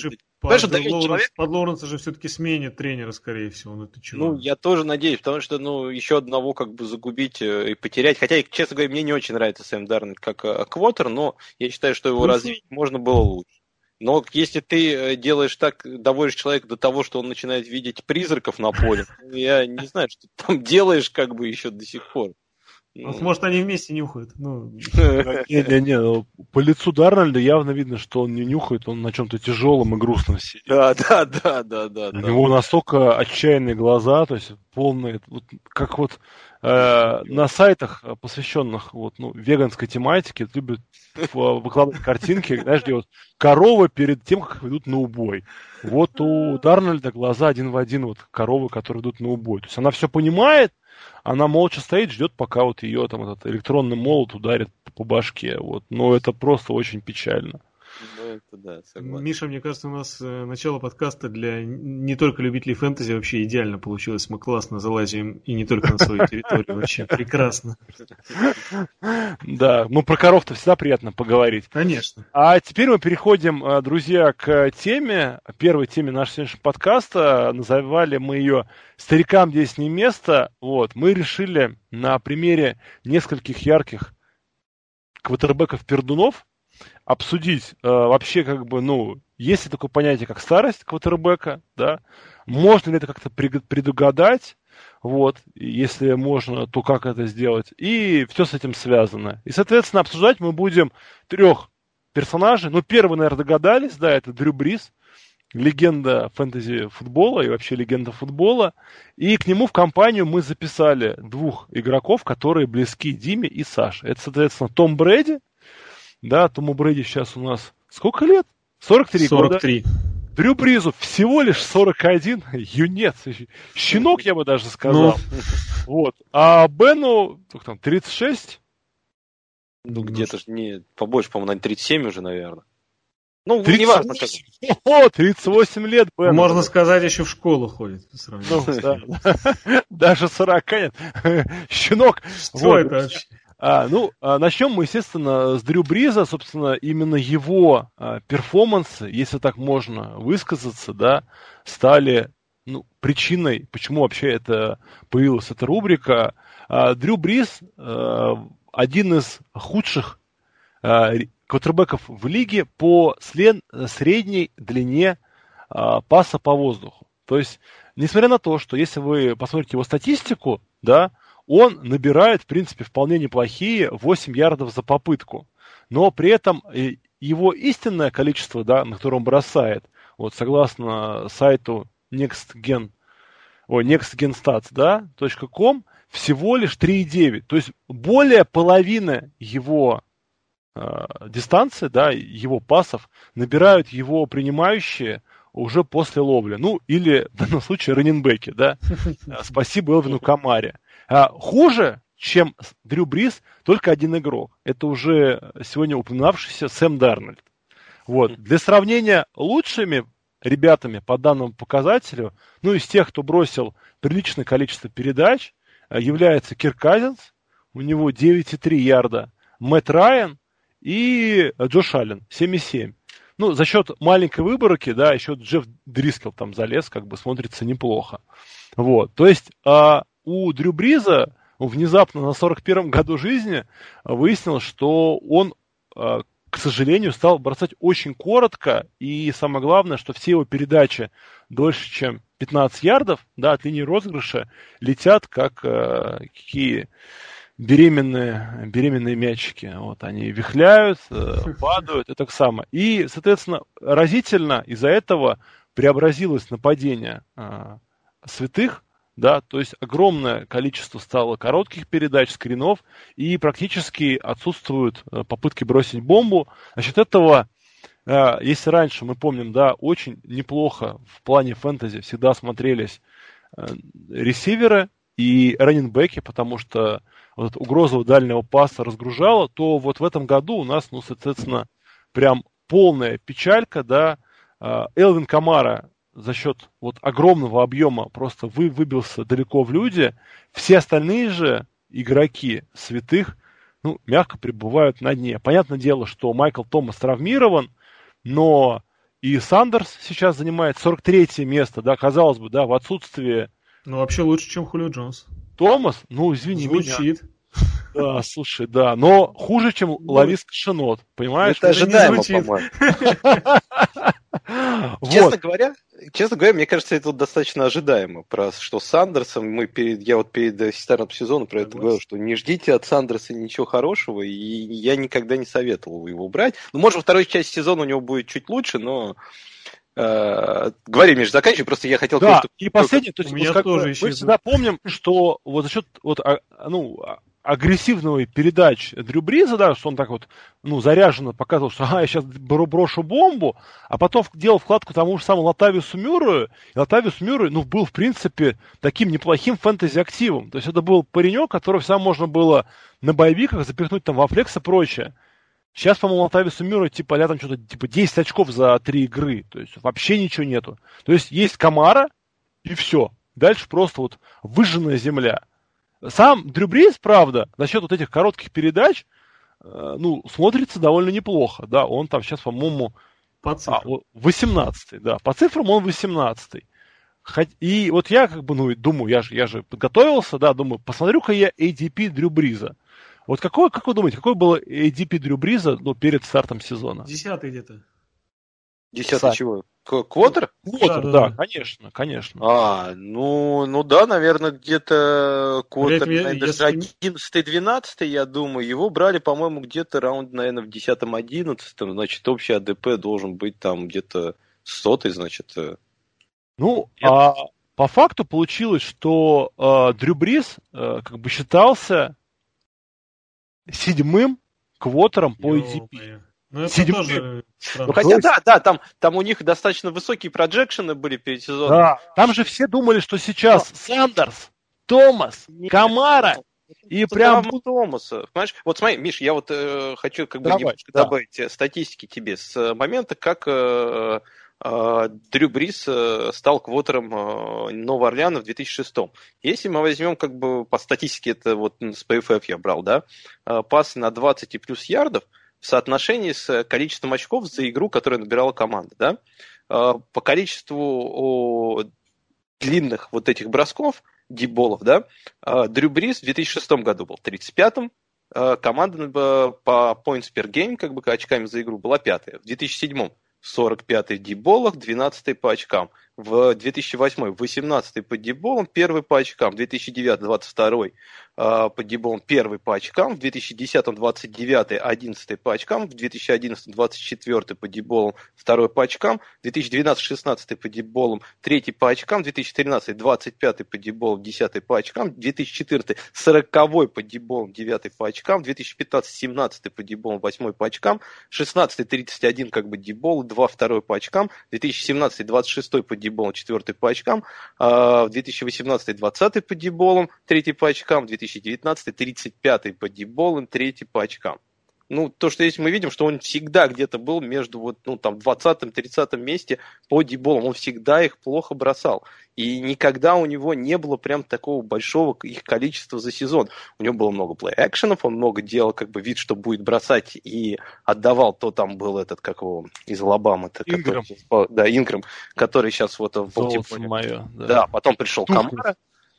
Под Лоуренса же все-таки сменит тренера, скорее всего. Ну, ты чего? Я тоже надеюсь, потому что, еще одного как бы загубить и потерять. Хотя, честно говоря, мне не очень нравится Сэм Дарнольд как квотер, но я считаю, что его развить можно было лучше. Но если ты делаешь так, доводишь человека до того, что он начинает видеть призраков на поле, я не знаю, что ты там делаешь как бы еще до сих пор. Может, они вместе нюхают. Не, по лицу Дарнольда явно видно, что он не нюхает, он на чем-то тяжелом и грустном сидит. Да. У него настолько отчаянные глаза, то есть полные, как на сайтах, посвященных веганской тематике, любят выкладывать картинки, знаешь, где коровы перед тем, как ведут на убой. Вот у Дарнольда глаза один в один коровы, которые идут на убой. То есть она все понимает, она молча стоит, ждет, пока ее там этот электронный молот ударит по башке. Но это просто очень печально. Это да, согласен. Миша, мне кажется, у нас начало подкаста для не только любителей фэнтези вообще идеально получилось. Мы классно залазим и не только на свою территорию. Вообще прекрасно. Да, про коров-то всегда приятно поговорить. Конечно. А теперь мы переходим, друзья, к теме, первой теме нашего сегодняшнего подкаста. Называли мы ее «Старикам здесь не место». Мы решили на примере нескольких ярких квотербеков-пердунов обсудить вообще, есть ли такое понятие, как старость квотербека, да, можно ли это как-то предугадать, если можно, то как это сделать, и все с этим связано. И, соответственно, обсуждать мы будем 3 персонажей. Первый, наверное, догадались, да, это Дрю Бриз, легенда фэнтези-футбола и вообще легенда футбола, и к нему в компанию мы записали 2 игроков, которые близки Диме и Саше. Это, соответственно, Том Брэди. Да, Тому Брэди сейчас у нас сколько лет? 43 года. 43. Дрю Бризу всего лишь 41. Юнец. Щенок, я бы даже сказал. А Бену 36. Где-то же не побольше, по-моему, 37 уже, наверное. неважно как. 38 лет Бену. Можно сказать, еще в школу ходит. Даже 40 нет. Щенок. Что это вообще? Начнем мы, естественно, с Дрю Бриза, собственно, именно его перформансы, если так можно высказаться, да, стали причиной, почему вообще появилась эта рубрика. Дрю Бриз один из худших квотербеков в лиге по средней длине паса по воздуху. То есть, несмотря на то, что если вы посмотрите его статистику, да, он набирает, в принципе, вполне неплохие 8 ярдов за попытку. Но при этом его истинное количество, да, на которое он бросает, согласно сайту nextgenstats, да, .com, всего лишь 3,9. То есть более половины его дистанции, да, его пасов набирают его принимающие уже после ловли. Или, в данном случае, раннинбеки, да. Спасибо Элвину Камаре. Хуже, чем Дрю Бриз, только один игрок. Это уже сегодня упоминавшийся Сэм Дарнольд. Для сравнения, лучшими ребятами по данному показателю, из тех, кто бросил приличное количество передач, является Кирк Казинс, у него 9,3 ярда, Мэтт Райан и Джош Аллен, 7,7. За счет маленькой выборки, да, еще Джефф Дрискелл там залез, смотрится неплохо. То есть у Дрю Бриза внезапно на 41-м году жизни выяснилось, что он к сожалению, стал бросать очень коротко, и самое главное, что все его передачи дольше, чем 15 ярдов, да, от линии розыгрыша, летят как какие беременные мячики. Вот, они вихляют, падают, и так само. И, соответственно, разительно из-за этого преобразилось нападение Святых, да, то есть огромное количество стало коротких передач, скринов, и практически отсутствуют попытки бросить бомбу. Насчет этого, если раньше, мы помним, да, очень неплохо в плане фэнтези всегда смотрелись ресиверы и раннинбеки, потому что вот угроза дальнего паса разгружала, то вот в этом году у нас, ну, соответственно, прям полная печалька, да. Элвин Камара за счет вот огромного объема просто выбился далеко в люди. Все остальные же игроки Святых, ну, мягко пребывают на дне. Понятное дело, что Майкл Томас травмирован, но и Сандерс сейчас занимает 43-е место, да, казалось бы, да, в отсутствии... Ну, вообще лучше, чем Хулио Джонс. Томас? Ну, извини Звучит. меня. Да, слушай, да, но хуже, чем Лавис Кашинот, понимаешь? Это ожидаемо, по-моему. Честно говоря, мне кажется, это достаточно ожидаемо. Про что с Сандерсом, я вот перед стартом сезона про это говорил, что не ждите от Сандерса ничего хорошего, и я никогда не советовал его брать. Ну, может, во второй части сезона у него будет чуть лучше, но... Говори, Миш, заканчивай, просто я хотел... Да, и последнее, то есть мы всегда помним, что вот за счет агрессивного передач Дрю Бриза, да, что он так вот, ну, заряженно показывал, что я сейчас брошу бомбу, а потом делал вкладку тому же самому Латавиусу Мюррею, и Латавиус Мюррей, ну, был, в принципе, таким неплохим фэнтези-активом. То есть это был паренек, которого всегда можно было на боевиках запихнуть там во флекс и прочее. Сейчас, по-моему, Латавиусу Мюррею, типа, там что-то, типа, 10 очков за 3 игры. То есть вообще ничего нету. То есть есть Камара, и все. Дальше просто вот выжженная земля. Сам Дрю Бриз, правда, за счет вот этих коротких передач, ну, смотрится довольно неплохо, да, он там сейчас, по-моему, по цифрам. 18-й, да, по цифрам он 18-й. И вот я как бы, ну, думаю, я же подготовился, да, думаю, посмотрю-ка я ADP Дрю Бриза. Вот как вы думаете, какой был ADP Дрю Бриза, ну, перед стартом сезона? 10-й где-то. 10-й чего? Квотер? Квотер, да, конечно. Ну да, наверное, где-то квотер, даже 11-12, я думаю. Его брали, по-моему, где-то раунд, наверное, в 10-11, значит, общий АДП должен быть там где-то 100-й, значит. Ну, по факту получилось, что Дрю Бриз как бы считался 7-м квотером по ADP. Ну, это тоже странно. Ну, хотя, да, там у них достаточно высокие проджекшены были перед сезоном. Да, там же все думали, что сейчас Сандерс, Томас, Камара и прям... Томаса. Понимаешь? Вот смотри, Миш, я вот хочу как бы немножко добавить статистики тебе с момента, как Дрю Бриз стал квотером Нового Орлеана в 2006. Если мы возьмем как бы по статистике, это вот с PFF я брал, да, пасы на 20 и плюс ярдов, в соотношении с количеством очков за игру, которую набирала команда. Да? По количеству длинных вот этих бросков, дипболов, да, Дрю Бриз в 2006 году был 35-м, команда по points per game, как бы очками за игру, была 5-я. В 2007-м 45-й в дипболах, 12-й по очкам. В 2008-й 18-й по дипболам, 1-й по очкам. В 2009-й 22-й по дипболам, 1-й по очкам. В 2010-м 29-й 11-й по очкам. В 2011-м 24-й по дипболам, 2-й по очкам. В 2012-16-й по дипболам, 3-й по очкам. В 2013-й 25-й по дипболам, 10-й по очкам. В 2014-й 40-й по дипболам, 9-й по очкам. В 2015-й 17-й по дипболам, 8-й по очкам. 16-й 31 как бы дипбол, 2-2 по очкам. 2017-й 26-й по дипболам, 4-й по очкам. В 2018-й 20-й по дипболам, 3-й по очкам. В 2019-й 35-й по дипболам, 3-й по очкам. Ну, то, что здесь мы видим, что он всегда где-то был между вот, ну, там, 20-м, 30-м месте по дипболам. Он всегда их плохо бросал. И никогда у него не было прям такого большого их количества за сезон. У него было много плей-экшенов, он много делал как бы вид, что будет бросать, и отдавал. То там был этот, как его, из Алабамы. Ингрэм. Да, Ингрэм, который сейчас вот в Балтиморе. Да, потом пришел Камара.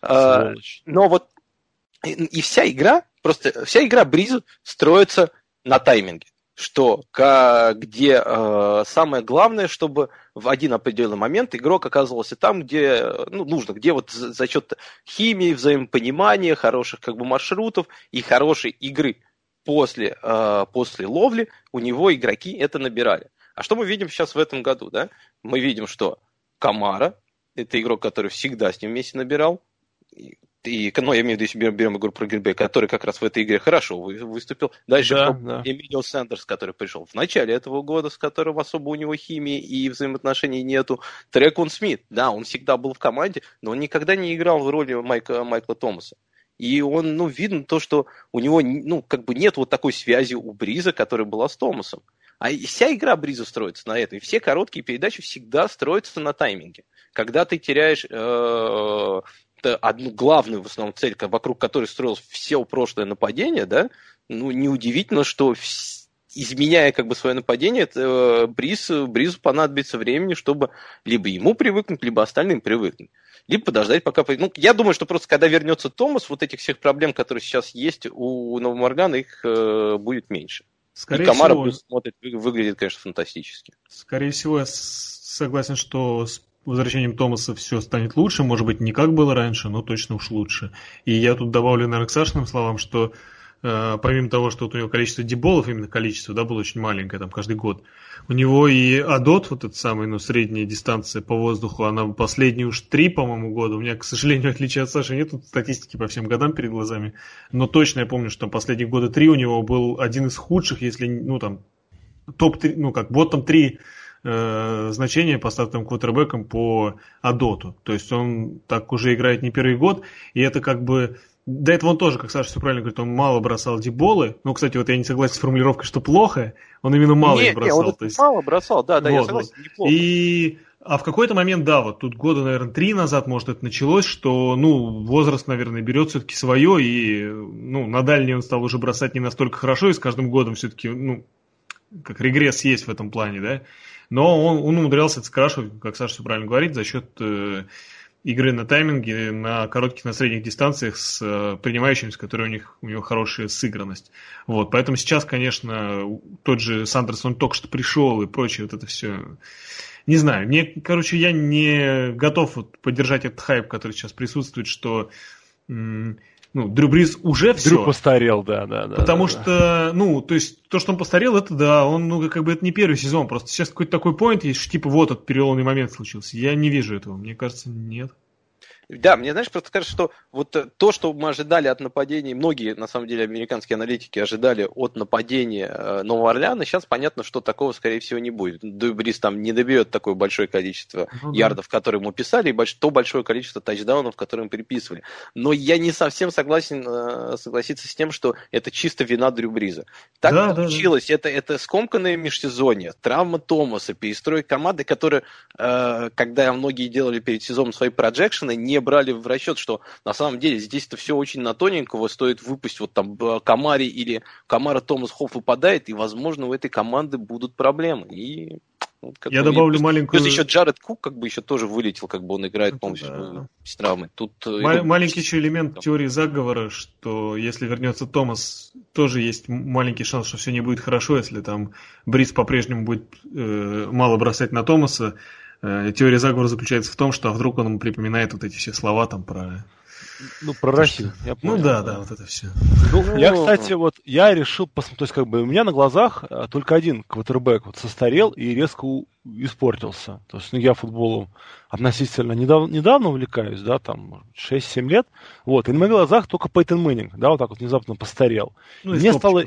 Но вот и вся игра Бризу строится на тайминге. где самое главное, чтобы в один определенный момент игрок оказывался там, где нужно, где вот за счет химии, взаимопонимания, хороших маршрутов и хорошей игры после ловли у него игроки это набирали. А что мы видим сейчас в этом году? Да? Мы видим, что Камара – это игрок, который всегда с ним вместе набирал. Я имею в виду, если берем игру про Гринбей, который как раз в этой игре хорошо выступил. Дальше Эмилио Сандерс, который пришел в начале этого года, с которым особо у него химии и взаимоотношений нету. Треквон Смит, да, он всегда был в команде, но он никогда не играл в роли Майкла Томаса. И он, видно то, что у него, нет вот такой связи у Бриза, которая была с Томасом. А вся игра Бриза строится на этом. И все короткие передачи всегда строятся на тайминге. Когда ты теряешь одну главную в основном цель, вокруг которой строилось все прошлое нападение, да, неудивительно, что изменяя свое нападение, Бризу понадобится времени, чтобы либо ему привыкнуть, либо остальным привыкнуть. Либо подождать, пока... я думаю, что просто когда вернется Томас, вот этих всех проблем, которые сейчас есть у Новоморгана, их будет меньше. Скорее и Камара всего, выглядит, конечно, фантастически. Скорее всего, я согласен, что с возвращением Томаса все станет лучше. Может быть, не как было раньше, но точно уж лучше. И я тут добавлю, наверное, к Сашиным словам, что помимо того, что вот у него количество деболов, именно количество, да, было очень маленькое, там, каждый год, у него и АДОТ, вот эта самая, средняя дистанция по воздуху, она последние уж 3, по-моему, года. У меня, к сожалению, в отличие от Саши, нет статистики по всем годам перед глазами, но точно я помню, что там последние года 3 у него был один из худших, если, топ-3, боттом 3 значения по стартовым квотербекам по АДОТу. То есть он так уже играет не первый год, и это до этого он тоже, как Саша все правильно говорит, он мало бросал деболы. Ну, кстати, вот я не согласен с формулировкой, что плохо. Он именно мало их бросал. Он мало бросал, да, я согласен, неплохо. А в какой-то момент, вот тут года, наверное, 3 назад, может, это началось, что, возраст, наверное, берет все-таки свое, и, на дальний он стал уже бросать не настолько хорошо, и с каждым годом все-таки, как регресс есть в этом плане, да. Но он умудрялся это скрашивать, как Саша все правильно говорит, за счет игры на тайминге, на коротких, на средних дистанциях с принимающими, с которыми у него хорошая сыгранность. Вот, поэтому сейчас, конечно, тот же Сандерс, он только что пришел и прочее, вот это все. Не знаю, я не готов поддержать этот хайп, который сейчас присутствует, что Дрю Бриз уже все. Дрю постарел, да. Потому что, то есть, то, что он постарел, это да, он, это не первый сезон, просто сейчас какой-то такой поинт есть, что этот переломный момент случился. Я не вижу этого, мне кажется, нет. Да, мне, просто кажется, что вот то, что мы ожидали от нападений, многие, на самом деле, американские аналитики ожидали от нападения Нового Орлеана, сейчас понятно, что такого, скорее всего, не будет. Дрю Бриз там не доберет такое большое количество ярдов, которые ему писали, и то большое количество тачдаунов, которые им приписывали. Но я не совсем согласен согласиться с тем, что это чисто вина Дрю Бриза. Так получилось, это скомканное межсезонье, травма Томаса, перестройка команды, которые, когда многие делали перед сезоном свои проджекшены, не брали в расчет, что на самом деле здесь-то все очень на тоненького, стоит выпустить Камари или Камара Томас Хофф выпадает, и, возможно, у этой команды будут проблемы. И я добавлю маленькую... Плюс еще Джаред Кук еще тоже вылетел, он играет полностью с травмой. Тут маленький еще элемент теории заговора, что если вернется Томас, тоже есть маленький шанс, что все не будет хорошо, если там Бриз по-прежнему будет мало бросать на Томаса. Теория заговора заключается в том, что вдруг он ему припоминает вот эти все слова там про... про Россию. Я понял, да, вот это все. Я, кстати, я решил посмотреть, то есть, у меня на глазах только один квотербек состарел и резко испортился. То есть, я футболом относительно недавно увлекаюсь, да, там, 6-7 лет, и на моих глазах только Пейтон Мэннинг, да, внезапно постарел. Мне стало...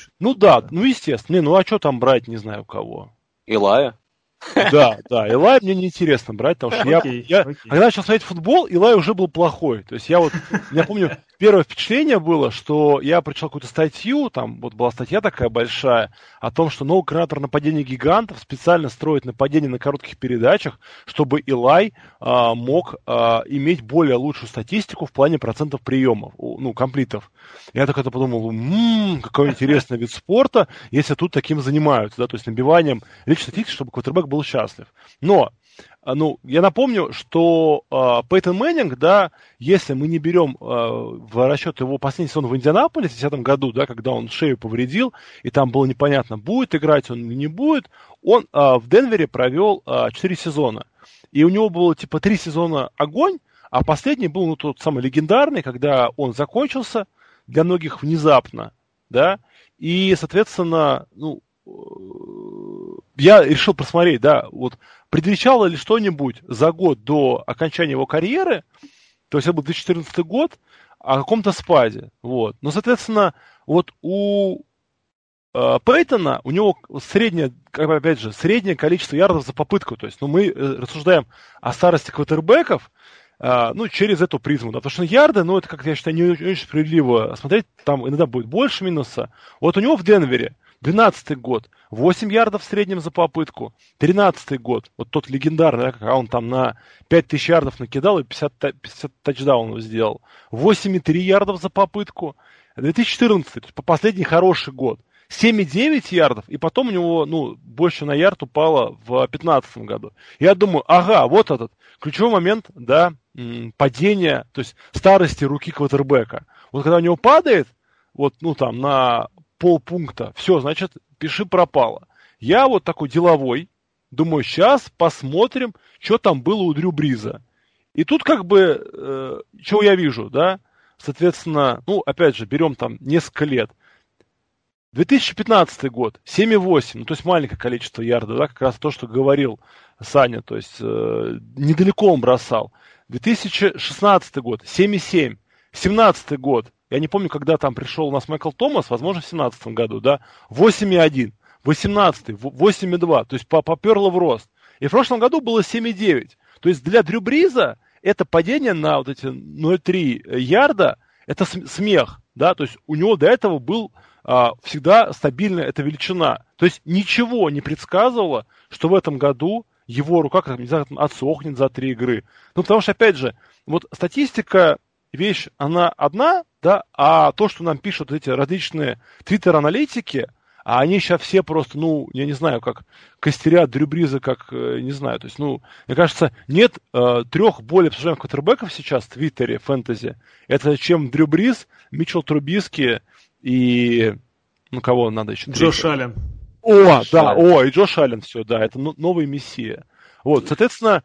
естественно. А что там брать, не знаю у кого. Илая. Да, Илай мне неинтересно брать, потому что когда начал смотреть футбол, Илай уже был плохой. То есть я помню, первое впечатление было, что я прочитал какую-то статью, там была статья такая большая, о том, что новый координатор нападения гигантов специально строит нападение на коротких передачах, чтобы Илай мог иметь более лучшую статистику в плане процентов приемов, комплитов. Я так это подумал, какой интересный вид спорта, если тут таким занимаются, да, то есть набиванием личной статистики, чтобы квотербек был счастлив. Но ну, я напомню, что Пейтон Мэннинг, да, если мы не берем в расчет его последний сезон в Индианаполисе в 2010 году, да, когда он шею повредил, и там было непонятно, будет играть он или не будет, он в Денвере провел 4 сезона. И у него было, типа, 3 сезона огонь, а последний был, ну, тот самый легендарный, когда он закончился для многих внезапно, да, и, соответственно, ну, я решил посмотреть, да, вот, предвещало ли что-нибудь за год до окончания его карьеры, то есть это был 2014 год, о каком-то спаде, вот. Но, соответственно, вот у Пейтона, у него среднее, опять же, среднее количество ярдов за попытку, то есть, ну, мы рассуждаем о старости квотербеков, ну, через эту призму, да, потому что ярды, ну, это, как я считаю, не очень справедливо смотреть, там иногда будет больше минуса. Вот у него в Денвере 12-й год, 8 ярдов в среднем за попытку, 13-й год, вот тот легендарный, да, когда он там на 5000 ярдов накидал и 50 тачдаунов сделал, 8,3 ярдов за попытку, 2014, то есть последний хороший год, 7,9 ярдов, и потом у него, ну, больше на ярд упало в 2015 году. Я думаю, ага, вот этот ключевой момент, да, падения, то есть старости руки квотербека. Вот когда у него падает, вот, ну, там, на полпункта, все, значит, пиши пропало. Я вот такой деловой, думаю, сейчас посмотрим, что там было у Дрю Бриза. И тут как бы, что я вижу, да, соответственно, ну, опять же, берем там несколько лет. 2015 год, 7,8, ну, то есть маленькое количество ярдов, да, как раз то, что говорил Саня, то есть недалеко он бросал. 2016 год, 7,7. 17 год, я не помню, когда там пришел у нас Майкл Томас, возможно, в 17 году, да, 8,1. 18, 8,2, то есть поперло в рост. И в прошлом году было 7,9. То есть для Дрю Бриза это падение на вот эти 0,3 ярда, это смех, да, то есть у него до этого был всегда стабильная эта величина. То есть ничего не предсказывало, что в этом году его рука, как, не знаю, отсохнет за 3 игры. Ну, потому что, опять же, вот статистика, вещь, она одна, да, а то, что нам пишут эти различные твиттер-аналитики, а они сейчас все просто, ну, я не знаю, как костерят Дрю Бриза, как, не знаю, то есть, ну, мне кажется, нет 3 более обсуждаемых квотербеков сейчас в Твиттере, фэнтези. Это чем Дрю Бриз, Митчелл Трубиски и, ну, кого надо еще? Джош Аллен. О, да, о, и Джош Аллен, все, да, это новый мессия. Вот, соответственно,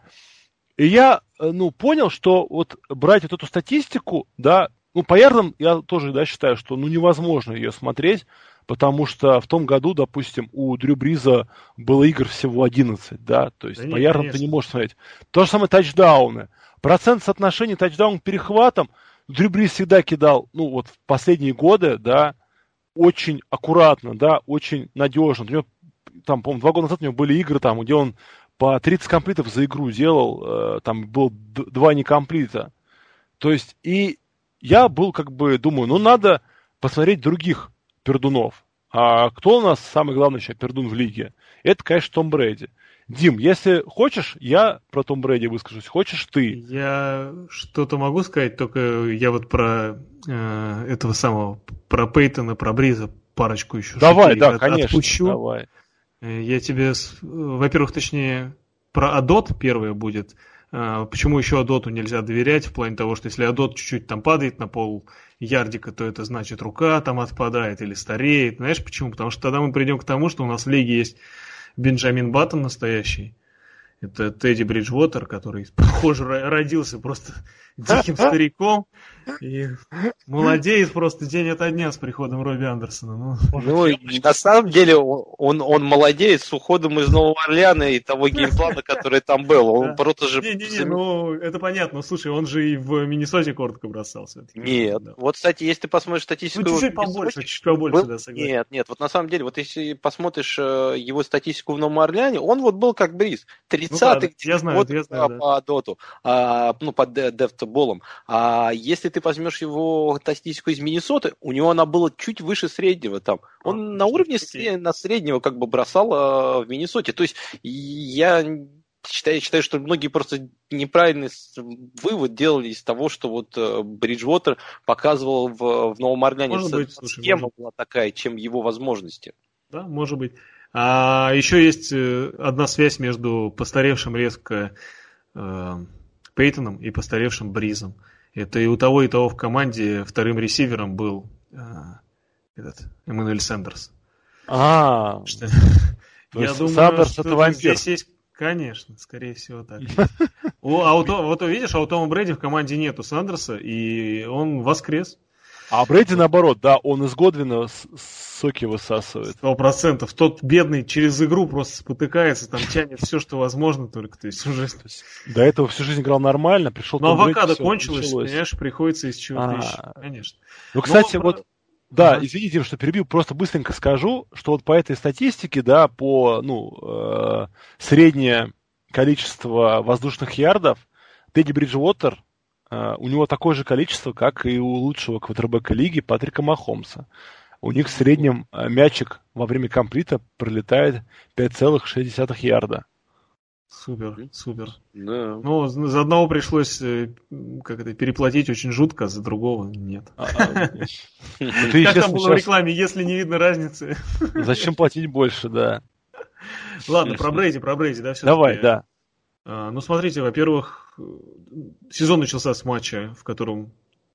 я, ну, понял, что вот брать вот эту статистику, да, ну, по ярдам я тоже, да, считаю, что, ну, невозможно ее смотреть, потому что в том году, допустим, у Дрю Бриза было игр всего 11, да, то есть да по нет, ярдам конечно. Ты не можешь смотреть. То же самое тачдауны. Процент соотношения тачдаун к перехватам Дрю Бриз всегда кидал, ну, вот в последние годы, да, очень аккуратно, да, очень надежно. У него, там, по-моему, 2 года назад у него были игры, там, где он по 30 комплитов за игру делал, там было 2 некомплита. То есть, и я был, как бы, думаю, ну, надо посмотреть других пердунов. А кто у нас самый главный сейчас пердун в лиге? Это, конечно, Том Брэди. Дим, если хочешь, я про Том Брэди выскажусь. Хочешь ты? Я что-то могу сказать, только я вот про этого самого, про Пейтона, про Бриза парочку еще. Давай, да, конечно. Отпущу. Давай. Я тебе, во-первых, точнее, про Адот первое будет. Почему еще Адоту нельзя доверять, в плане того, что если Адот чуть-чуть там падает на пол ярдика, то это значит рука там отпадает или стареет. Знаешь почему? Потому что тогда мы придем к тому, что у нас в лиге есть Бенджамин Баттон настоящий. Это Тедди Бриджвотер, который, похоже, родился просто диким стариком и молодеет просто день ото дня с приходом Робби Андерсона. Ну, на самом деле он молодеет с уходом из Нового Орлеана и того геймплана, который там был. Он просто же... Не, ну, это понятно. Слушай, он же и в Миннесоте коротко бросался. Нет. Да. Вот, кстати, если ты посмотришь статистику... Ну, чуть побольше, да, согласен. Нет, вот на самом деле, вот если посмотришь его статистику в Новом Орлеане, он вот был как Бриз. 30-й год по Доту, ну, по дефт-болам. А если ты возьмешь его статистику из Миннесоты, у него она была чуть выше среднего там. Он на уровне на среднего как бы бросал в Миннесоте. То есть я считаю, что многие просто неправильный вывод делали из того, что вот Бриджвотер показывал в Новом Орлеане. Может быть, схема была такая, чем его возможности. Да, может быть. А еще есть одна связь между постаревшим резко Пейтоном и постаревшим Бризом. Это и у того в команде вторым ресивером был Эммануэль Сандерс. Я думаю, Сандерс что это вампир. Здесь есть, конечно, скорее всего так. Видишь, у Тома Брэди в команде нету Сандерса, и он воскрес. А Брэди наоборот, да, он из Годвина соки высасывает. 100%. Тот бедный через игру просто спотыкается, там тянет все, что возможно только. То есть уже... До этого всю жизнь играл нормально, пришел... Но авокадо кончилось, понимаешь, приходится из чего-то еще, конечно. Ну, кстати, да, извините, что перебил, просто быстренько скажу, что вот по этой статистике, да, по среднее количество воздушных ярдов, Тедди Бриджуотер, у него такое же количество, как и у лучшего квотербека лиги Патрика Махомса. У них в среднем мячик во время комплита пролетает 5,6 ярда. Супер. Да. Ну, за одного пришлось переплатить очень жутко, а за другого нет. Как там было в рекламе, если не видно разницы? Зачем платить больше, да. Ладно, про Брэди, да, все-таки. Давай, да. Ну, смотрите, во-первых, сезон начался с матча, в котором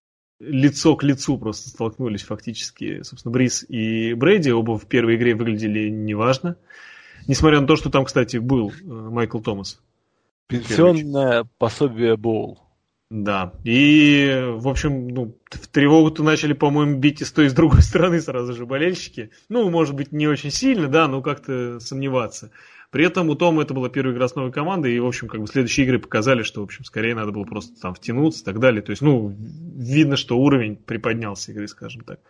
лицо к лицу просто столкнулись фактически, собственно, Бриз и Брэди. Оба в первой игре выглядели неважно. Несмотря на то, что там, кстати, был Майкл Томас. Пенсионное пособие Боул. Да. И, в общем, в тревогу-то начали, по-моему, бить и с той, и с другой стороны сразу же болельщики. Ну, может быть, не очень сильно, да, но как-то сомневаться. При этом у Тома это была первая игра с новой командой, и, в общем, следующие игры показали, что, в общем, скорее надо было просто там втянуться и так далее. То есть, видно, что уровень приподнялся игры, скажем так.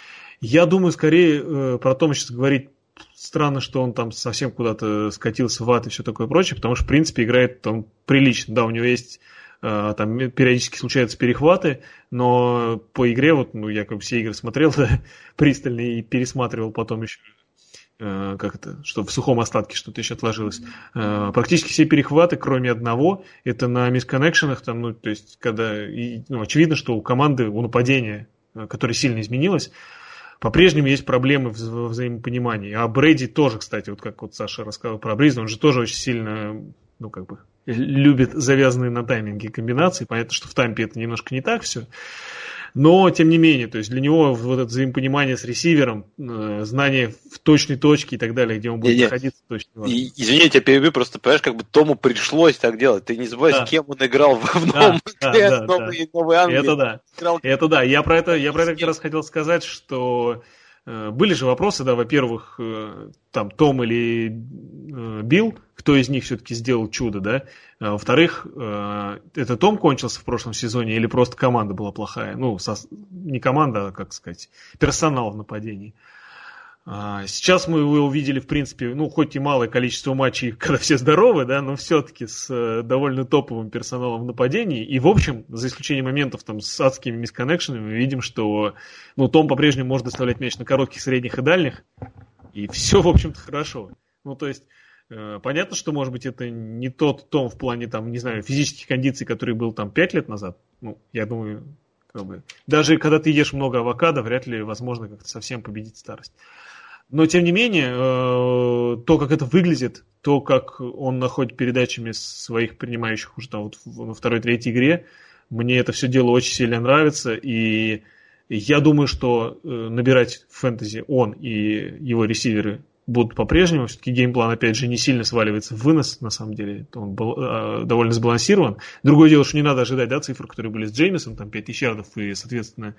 Я думаю, скорее про Тома сейчас говорить странно, что он там совсем куда-то скатился в ад и все такое прочее, потому что, в принципе, играет он прилично. Да, у него есть там периодически случаются перехваты, но по игре, я все игры смотрел пристально и пересматривал потом еще, что в сухом остатке что-то еще отложилось. Практически все перехваты, кроме одного, это на мисконнекшенах, там, то есть, когда, очевидно, что у команды, у нападения, которое сильно изменилось, по-прежнему есть проблемы в взаимопонимании. А Брэди тоже, кстати, как Саша рассказал про Бриза, он же тоже очень сильно, любит завязанные на тайминге комбинации. Понятно, что в Тампе это немножко не так все. Но, тем не менее, то есть для него вот это взаимопонимание с ресивером, знание в точной точке и так далее, где он будет находиться, точно важно. Извини, я тебя перебью, просто, понимаешь, Тому пришлось так делать. Ты не забывай, с кем он играл в новом игре, новой Англии. Это да. Я про это как раз хотел сказать, что были же вопросы, да, во-первых, там Том или Билл, кто из них все-таки сделал чудо, да, а во-вторых, это Том кончился в прошлом сезоне или просто команда была плохая, не команда, а, как сказать, персонал в нападении. Сейчас мы его увидели, в принципе, хоть и малое количество матчей, когда все здоровы, да, но все-таки с довольно топовым персоналом в нападении. И, в общем, за исключением моментов там с адскими мисконнекшенами, мы видим, что Том по-прежнему может доставлять мяч на коротких, средних и дальних. И все, в общем-то, хорошо. То есть, понятно, что, может быть, это не тот Том в плане, там, не знаю, физических кондиций, который был там 5 лет назад. Я думаю, даже когда ты ешь много авокадо, вряд ли возможно как-то совсем победить старость. Но, тем не менее, то, как это выглядит, то, как он находит передачами своих принимающих уже там во второй-третьей игре, мне это все дело очень сильно нравится. И я думаю, что набирать в фэнтези он и его ресиверы будут по-прежнему. Все-таки геймплан, опять же, не сильно сваливается в вынос, на самом деле. Он был довольно сбалансирован. Другое дело, что не надо ожидать, да, цифр, которые были с Джеймисом, там 5000 ярдов и, соответственно,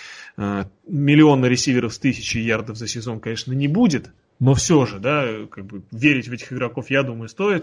миллиона ресиверов с 1000 ярдов за сезон, конечно, не будет, но все же, да, верить в этих игроков, я думаю, стоит.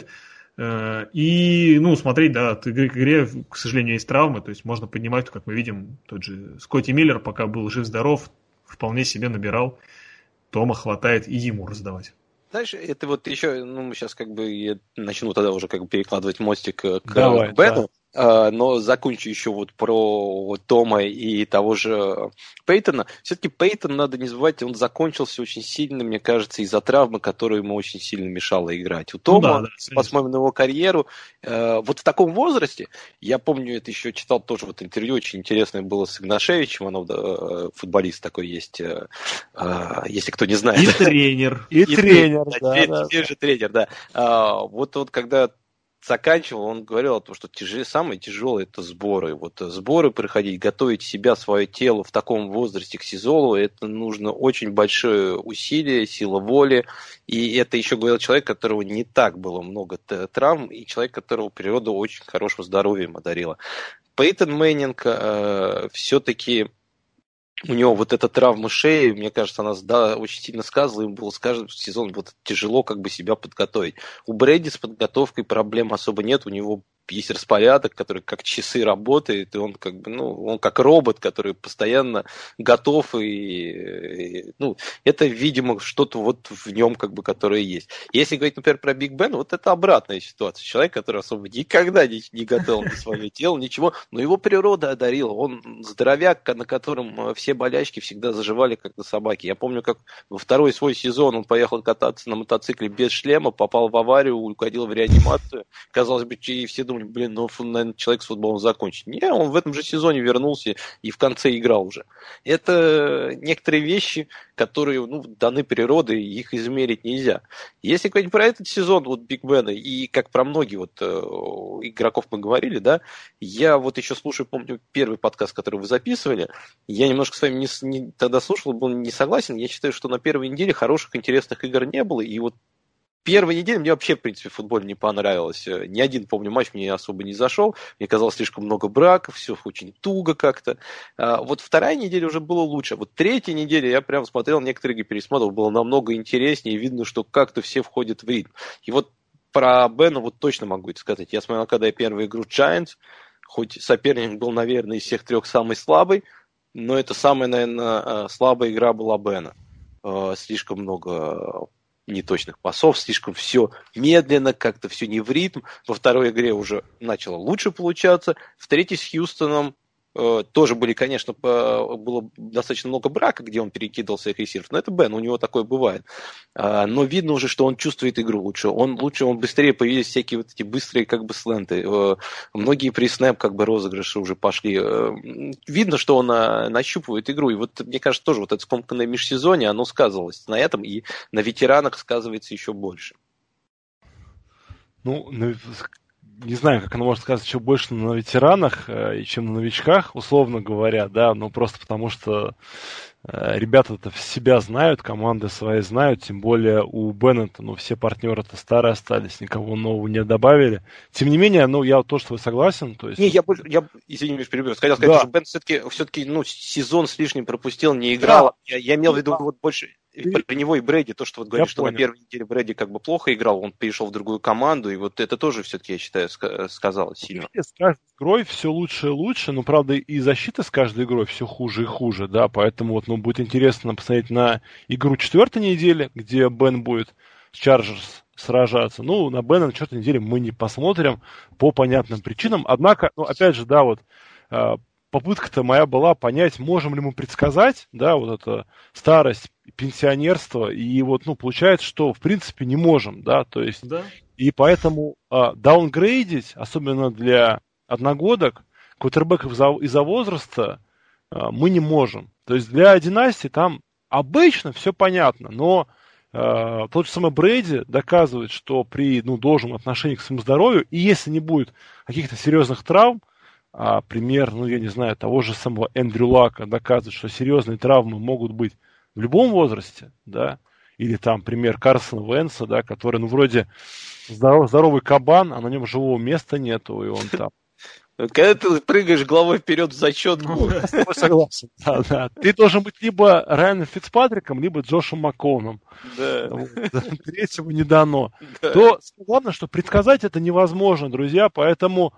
И, смотреть, да, от игры к игре, к сожалению, есть травмы, то есть можно поднимать, как мы видим, тот же Скотти Миллер, пока был жив-здоров, вполне себе набирал, Тома хватает и ему раздавать. Знаешь, это еще, мы сейчас я начну тогда уже перекладывать мостик к Давай, Бену. но закончу еще вот про Тома и того же Пейтона. Все-таки Пейтон, надо не забывать, он закончился очень сильно, мне кажется, из-за травмы, которая ему очень сильно мешала играть. У Тома, посмотрим на его карьеру, вот в таком возрасте, я помню, это еще читал тоже вот интервью, очень интересное было с Игнашевичем, футболист такой есть, если кто не знает. И тренер. И тренер, Теперь же тренер, да. Вот когда заканчивал, он говорил о том, что самое тяжелое это сборы. Вот сборы проходить, готовить себя, свое тело в таком возрасте к сезону, это нужно очень большое усилие, сила воли. И это еще говорил человек, у которого не так было много травм, и человек, которого природа очень хорошего здоровья одарила. Пейтон Мэннинг все-таки... У него вот эта травма шеи, мне кажется, она очень сильно сказывала, им было с каждым сезоном вот тяжело как бы себя подготовить. У Брэди с подготовкой проблем особо нет, у него есть распорядок, который как часы работает, и он как бы, он как робот, который постоянно готов, и это, видимо, что-то вот в нем как бы, которое есть. Если говорить, например, про Биг Бен, вот это обратная ситуация. Человек, который особо никогда не готовил на свое тело, ничего, но его природа одарила. Он здоровяк, на котором все болячки всегда заживали, как на собаке. Я помню, как во второй свой сезон он поехал кататься на мотоцикле без шлема, попал в аварию, уходил в реанимацию. Казалось бы, и все думали, наверное, человек с футболом закончит. Не, он в этом же сезоне вернулся и в конце играл уже. Это некоторые вещи, которые даны природой, их измерить нельзя. Если говорить про этот сезон, вот Биг Бена, и как про многие игроков мы говорили, да, я вот еще слушаю, помню, первый подкаст, который вы записывали, я немножко с вами тогда слушал, был не согласен, я считаю, что на первой неделе хороших, интересных игр не было, и вот первая неделя мне вообще, в принципе, в футболе не понравилось. Ни один, помню, матч мне особо не зашел. Мне казалось, слишком много браков, все очень туго как-то. Вот вторая неделя уже было лучше. Вот третья неделя я прям смотрел, некоторые игры пересматривал, было намного интереснее. Видно, что как-то все входят в ритм. И вот про Бена вот точно могу это сказать. Я смотрел, когда я первую игру Giants, хоть соперник был, наверное, из всех трех самый слабый, но это самая, наверное, слабая игра была Бена. Слишком много неточных пасов, слишком все медленно, как-то все не в ритм. Во второй игре уже начало лучше получаться. В третьей с Хьюстоном тоже были, конечно, было достаточно много брака, где он перекидывал своих ресиверов, но это Бен, у него такое бывает. Но видно уже, что он чувствует игру лучше. Он быстрее появились всякие вот эти быстрые как бы сленты. Многие при снэп как бы розыгрыши уже пошли. Видно, что он нащупывает игру. И вот, мне кажется, тоже вот это скомканное межсезонье, оно сказывалось на этом, и на ветеранах сказывается еще больше. Не знаю, как оно может сказать еще больше на ветеранах, чем на новичках, условно говоря, да, просто потому что ребята-то себя знают, команды свои знают, тем более у Беннета, все партнеры-то старые остались, никого нового не добавили. Тем не менее, я то, что вы согласен, то есть... Не, я извини, перебью, хотел сказать, что Бен все-таки сезон с лишним пропустил, не играл. Да. Я имел в виду вот больше... Про него и Брэди, то, что вот говоришь, что на первой неделе Брэди как бы плохо играл, он перешел в другую команду, и вот это тоже все-таки, я считаю, сказалось сильно. С каждой игрой все лучше и лучше, но, правда, и защита с каждой игрой все хуже и хуже, да, поэтому будет интересно посмотреть на игру четвертой недели, где Бен будет с Чарджерс сражаться. На Бена на четвертой неделе мы не посмотрим по понятным причинам, однако, опять же, да, попытка-то моя была понять, можем ли мы предсказать, да, вот это старость, пенсионерство, и получается, что в принципе не можем, да, то есть, да. И поэтому даунгрейдить, особенно для одногодок, квотербеков из-за возраста мы не можем. То есть для династии там обычно все понятно, но тот же самый Брэди доказывает, что при должном отношении к своему здоровью, и если не будет каких-то серьезных травм, пример, я не знаю, того же самого Эндрю Лака доказывает, что серьезные травмы могут быть в любом возрасте, да, или там пример Карсона Венса, да, который, вроде здоровый кабан, а на нем живого места нету, и он там. Когда ты прыгаешь головой вперед в зачет, согласен, да. Ты должен быть либо Райаном Фицпатриком, либо Джошем Маккоуном. Да. Третьего не дано. То главное, что предсказать это невозможно, друзья, поэтому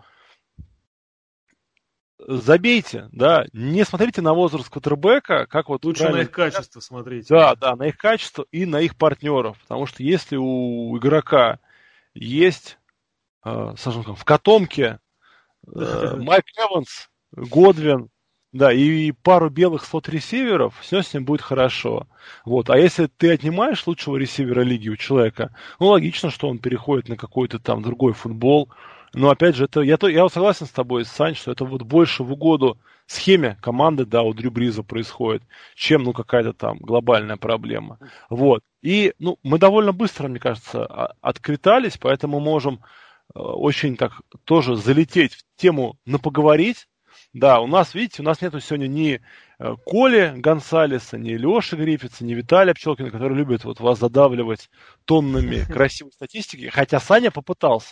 забейте, да, не смотрите на возраст квотербека, как лучше на их качество смотрите. Да, на их качество и на их партнеров, потому что если у игрока есть, скажем так, в котомке Майк Эванс, Годвин, да, и пару белых слот-ресиверов, все с ним будет хорошо. Вот. А если ты отнимаешь лучшего ресивера лиги у человека, ну, логично, что он переходит на какой-то там другой футбол. Но, опять же, это я вот согласен с тобой, Сань, что это вот больше в угоду схеме команды, да, у Дрю Бриза происходит, чем, ну, какая-то там глобальная проблема. Вот. И, ну, мы довольно быстро, мне кажется, отквитались, поэтому можем очень так тоже залететь в тему на поговорить. Да, у нас, видите, у нас нету сегодня ни Коли Гонсалеса, ни Леши Гриффитса, ни Виталия Пчелкина, которые любят вот вас задавливать тоннами красивой статистики, хотя Саня попытался.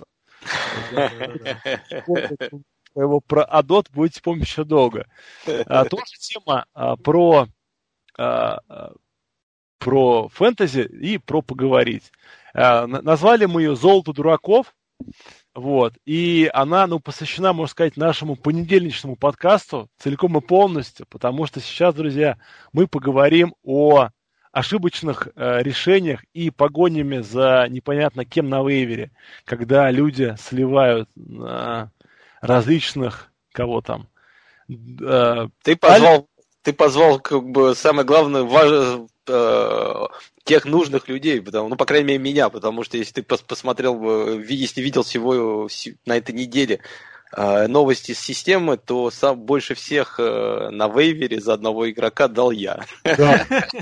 Его про Адот будете помнить еще долго. Тоже тема про фэнтези и про поговорить. Назвали мы ее «Золото дураков». Вот. И она, ну, посвящена, можно сказать, нашему понедельничному подкасту целиком и полностью, потому что сейчас, друзья, мы поговорим о ошибочных решениях и погонями за непонятно кем на вейвере, когда люди сливают различных, кого там. Ты позвал как бы самое главное тех нужных людей, ну, по крайней мере, меня, потому что если ты посмотрел, если видел всего на этой неделе новости с системы, то сам больше всех на вейвере за одного игрока дал я. Да.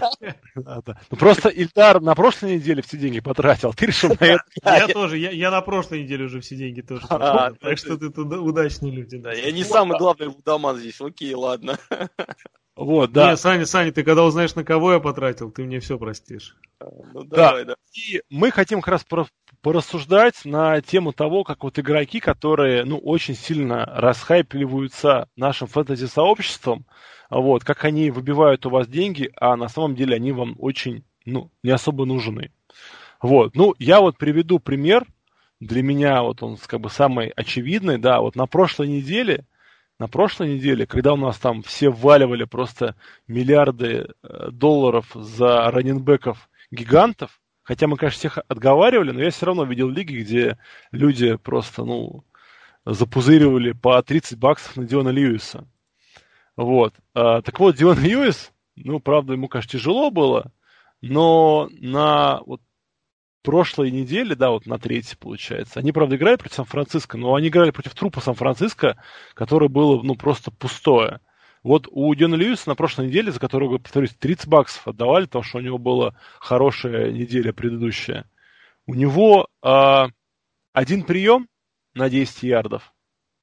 Ну, просто Ильдар на прошлой неделе все деньги потратил, ты решил на это. Я тоже, я на прошлой неделе уже все деньги тоже потратил, так что ты удачные люди. Да, я не самый главный лудоман здесь, окей, ладно. Вот, да. Не, Саня, ты когда узнаешь, на кого я потратил, ты мне все простишь. Ну, давай, да. И мы хотим как раз порассуждать на тему того, как вот игроки, которые, ну, очень сильно расхайпливаются нашим фэнтези-сообществом, вот, как они выбивают у вас деньги, а на самом деле они вам очень, ну, не особо нужны. Вот, ну, я вот приведу пример, для меня вот он как бы самый очевидный, да, вот на прошлой неделе, когда у нас там все вваливали просто миллиарды долларов за раннинбеков гигантов, хотя мы, конечно, всех отговаривали, но я все равно видел лиги, где люди просто, ну, запузыривали по $30 на Диона Льюиса. Вот. Так вот, Дион Льюис, ну, правда, ему, конечно, тяжело было, но на вот прошлой неделе, да, вот на третьей, получается, они, правда, играли против Сан-Франциско, но они играли против трупа Сан-Франциско, которое было, ну, просто пустое. Вот у Диона Льюиса на прошлой неделе, за которую, повторюсь, $30 отдавали, потому что у него была хорошая неделя предыдущая, у него один прием на 10 ярдов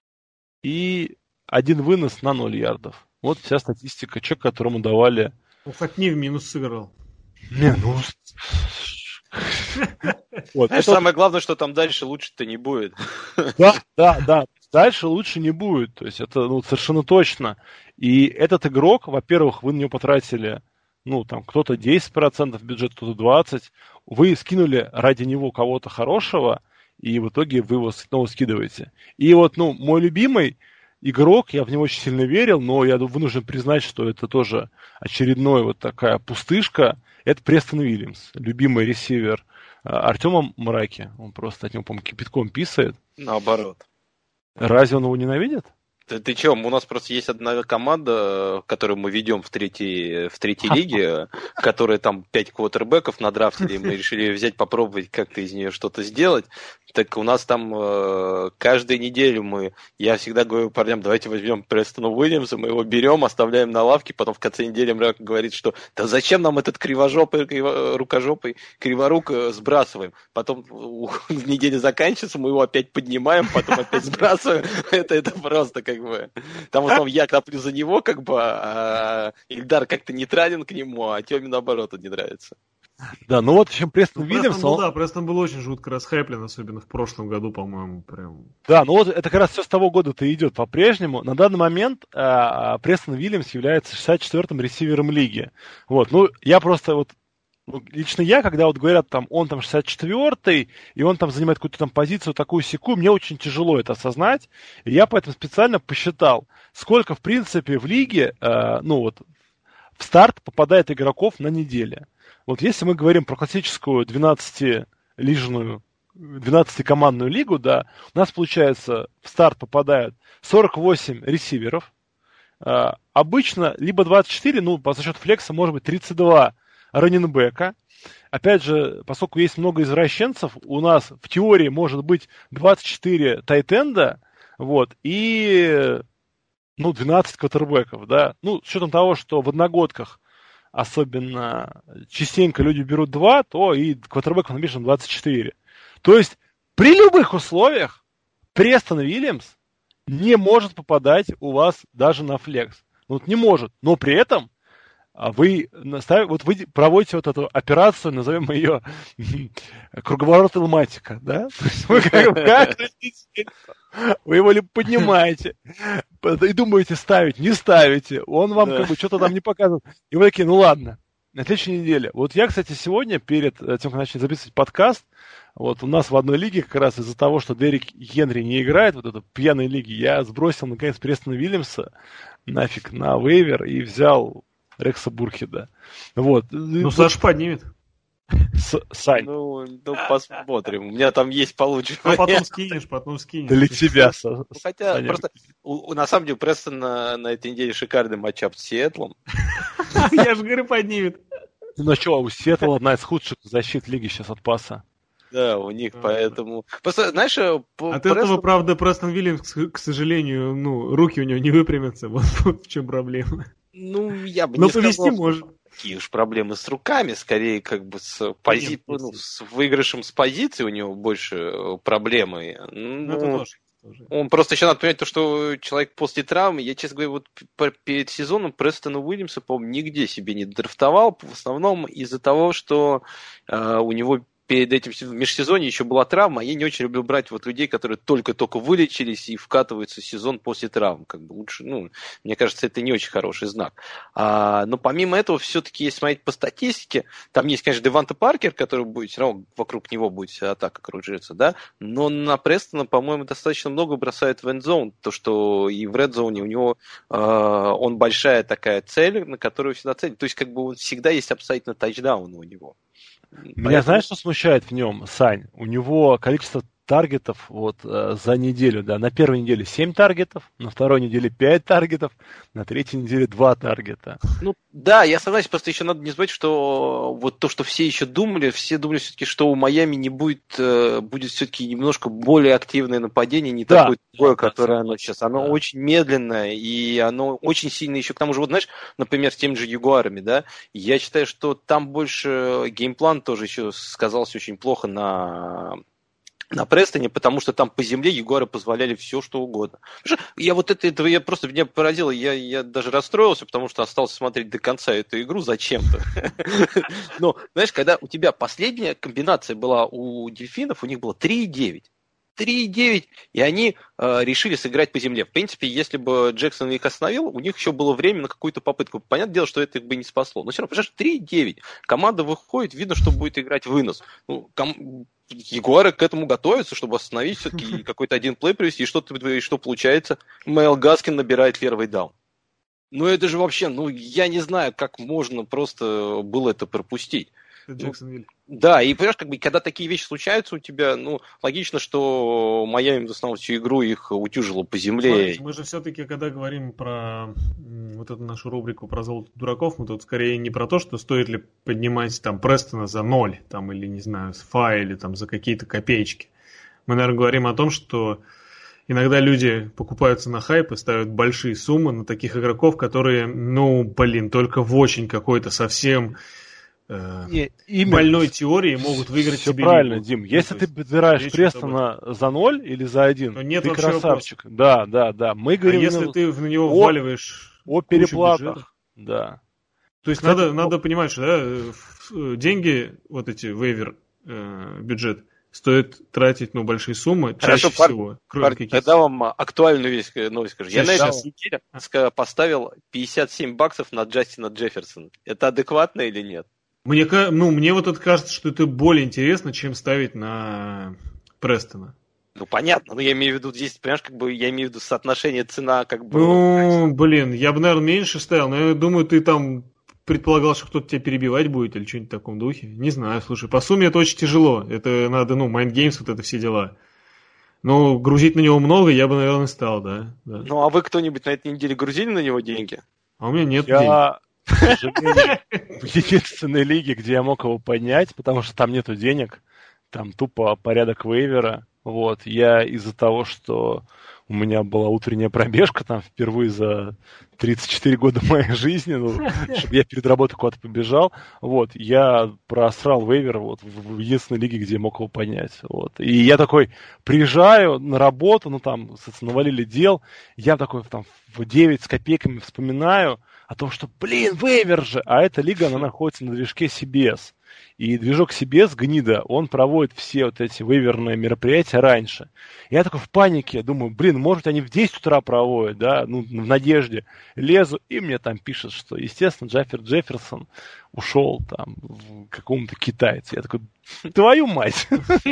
и один вынос на 0 ярдов. Вот вся статистика человека, которому давали... Он хоть не в минус сыграл. Не, ну... Вот. Это самое главное, что там дальше лучше-то не будет. Да. Дальше лучше не будет. То есть это, ну, совершенно точно. И этот игрок, во-первых, вы на него потратили, ну, там, кто-то 10% бюджета, кто-то 20%. Вы скинули ради него кого-то хорошего, и в итоге вы его снова скидываете. И вот, ну, мой любимый игрок, я в него очень сильно верил, но я вынужден признать, что это тоже очередная вот такая пустышка. Это Престон Уильямс, любимый ресивер Артема Мраки. Он просто от него, по-моему, кипятком писает. Наоборот. Разве он его ненавидит? Ты чё, у нас просто есть одна команда, которую мы ведем в третьей лиге, которая там 5 квотербеков надрафтили, и мы решили взять, попробовать как-то из нее что-то сделать. Так у нас там каждую неделю я всегда говорю парням, давайте возьмем Престона Уильямса, мы его берем, оставляем на лавке, потом в конце недели Мрак говорит, что да зачем нам этот рукожопый криворук сбрасываем. Потом неделя заканчивается, мы его опять поднимаем, потом опять сбрасываем. Это просто как бы... Там в основном я коплю за него, как бы, а Ильдар как-то нейтрален к нему, а Тёме наоборот он не нравится. Да, ну вот чем Престон Уильямс... Престон был очень жутко расхайплен, особенно в прошлом году, по-моему, прям. Да, ну вот это как раз все с того года-то идет по-прежнему. На данный момент Престон Уильямс является 64-м ресивером лиги. Вот, ну я просто вот лично я, когда вот говорят, там, он там 64-й, и он там занимает какую-то там позицию такую-сякую, мне очень тяжело это осознать. И я поэтому специально посчитал, сколько, в принципе, в лиге, ну вот, в старт попадает игроков на неделе. Вот если мы говорим про классическую 12-лижную 12-командную лигу, да, у нас, получается, в старт попадают 48 ресиверов. Обычно либо 24, ну, за счет флекса, может быть, 32 раннинбека. Опять же, поскольку есть много извращенцев, у нас в теории может быть 24 тайтенда, вот, и, 12 квотербеков, да. Ну, с учетом того, что в одногодках особенно частенько люди берут 2, то и квотербеков напишем 24. То есть при любых условиях Престон Уильямс не может попадать у вас даже на флекс. Вот не может. Но при этом вы проводите вот эту операцию, назовем ее круговорот Илматика, да? То есть вы вы его либо поднимаете и думаете ставить, не ставите. Он вам как бы что-то там не показывает. И вы такие, ну ладно, на следующей неделе. Вот я, кстати, сегодня, перед тем, как начали записывать подкаст, вот у нас в одной лиге как раз из-за того, что Дерек Генри не играет, вот этой пьяной лиги, я сбросил, наконец, Престона Уильямса нафиг на вейвер и взял Рекса Бурхеда. Вот. Ну, Саш поднимет. Сань. Ну, посмотрим. У меня там есть получше. А потом скинешь. Для тебя, хотя, Саня. Просто, на самом деле, Престон на этой неделе шикарный матчап с Сиэтлом. Я же говорю, поднимет. Ну, что, у Сиэтла одна из худших защит лиги сейчас от паса. Да, у них, поэтому... Просто, знаешь, от этого, правда, Престон Уильямс, к сожалению, руки у него не выпрямятся. Вот в чем проблема. Ну, я бы не сказал... Но повести может. Такие уж проблемы с руками, скорее, как бы с выигрышем с позиции у него больше проблемы. Он просто еще надо понять то, что человек после травмы, я, честно говоря, вот перед сезоном Престона Уильямса, по-моему, нигде себе не драфтовал, в основном из-за того, что у него перед этим в межсезонье еще была травма, а я не очень люблю брать вот людей, которые только-только вылечились и вкатываются в сезон после травм. Как бы лучше, мне кажется, это не очень хороший знак. Но помимо этого, все-таки, если смотреть по статистике, там есть, конечно, Деванте Паркер, который будет, все равно вокруг него будет вся атака кружиться, да, но на Престона, по-моему, достаточно много бросает в эндзоун, то, что и в редзоуне у него он большая такая цель, на которую всегда цель, то есть как бы всегда есть абсолютно тачдаун у него. Меня знаешь, что смущает в нем, Сань? У него количество таргетов за неделю, да, на первой неделе 7 таргетов, на второй неделе 5 таргетов, на третьей неделе 2 таргета. Ну, да, я согласен, просто еще надо не забывать, что вот то, что все думали все-таки, что у Майами не будет все-таки немножко более активное нападение, не такое такое, которое оно сейчас. Оно очень медленное, и оно очень сильно еще, к тому же, вот знаешь, например, с теми же Ягуарами, да, я считаю, что там больше геймплан тоже еще сказался очень плохо на Престоне, потому что там по земле Ягуары позволяли все, что угодно. Я меня поразило, я даже расстроился, потому что остался смотреть до конца эту игру зачем-то. Но, знаешь, когда у тебя последняя комбинация была у Дельфинов, у них было 3,9. 3,9, и они решили сыграть по земле. В принципе, если бы Джексон их остановил, у них еще было время на какую-то попытку. Понятное дело, что это их бы не спасло. Но все равно, понимаешь, 3,9. Команда выходит, видно, что будет играть вынос. Ягуары к этому готовятся, чтобы остановить все-таки какой-то один плей привести. И что получается? Мэйл Гаскин набирает первый даун. Это же вообще, я не знаю, как можно просто было это пропустить. Джексонвиль. Да, и понимаешь, когда такие вещи случаются у тебя, логично, что Майами в основном всю игру их утюжило по земле. Смотрите, мы же все-таки, когда говорим про вот эту нашу рубрику про золото дураков, мы тут скорее не про то, что стоит ли поднимать там Престона за 0, там, или, не знаю, с фа, или там за какие-то копеечки. Мы, наверное, говорим о том, что иногда люди покупаются на хайп и ставят большие суммы на таких игроков, которые, только в очень какой-то совсем... больной теории могут выиграть все себе правильно, лигу. Дим. Если ты подбираешь Престона за 0 или за 1, нет, ты красавчик. Да. Мы говорим, если ты в него вваливаешь о переплатах. Да. То есть надо понимать, что деньги, вот эти вейвер бюджет, стоит тратить большие суммы, чаще всего. Тогда вам актуальную новость скажу. Я на этой неделе поставил $57 на Джастина Джефферсона. Это адекватно или нет? Мне вот это кажется, что это более интересно, чем ставить на Престона. Понятно, но я имею в виду здесь, понимаешь, я имею в виду соотношение цена, я бы, наверное, меньше ставил, но я думаю, ты там предполагал, что кто-то тебя перебивать будет или что-нибудь в таком духе. Не знаю, слушай, по сумме это очень тяжело. Это надо, Mind Games, вот это все дела. Но грузить на него много я бы, наверное, стал, да. Ну, а вы кто-нибудь на этой неделе грузили на него деньги? А у меня нет Я, денег. к сожалению, в единственной лиге, где я мог его поднять, потому что там нету денег, там тупо порядок вейвера. Вот, я из-за того, что у меня была утренняя пробежка там впервые за 34 года моей жизни, чтобы я перед работой куда-то побежал, вот, я просрал вейвер вот, в единственной лиге, где я мог его поднять. Вот. И я такой приезжаю на работу, там, навалили дел, я такой там в 9 с копейками вспоминаю о том, что, вейвер же, а эта лига, она находится на движке CBS. И движок CBS, гнида, он проводит все вот эти вейверные мероприятия раньше. Я такой в панике, думаю, может, они в 10 утра проводят, да, в надежде. Лезу, и мне там пишут, что, естественно, Джефферсон ушел там в какому-то китайцу. Я такой, твою мать!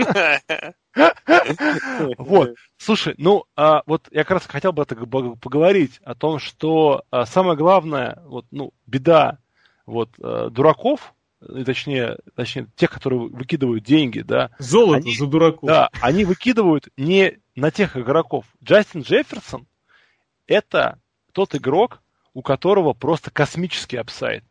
Вот, слушай, вот я как раз хотел бы поговорить о том, что самое главное, беда дураков, точнее, тех, которые выкидывают деньги, да. Золото за дураков. Да, они выкидывают не на тех игроков. Джастин Джефферсон – это тот игрок, у которого просто космический апсайд.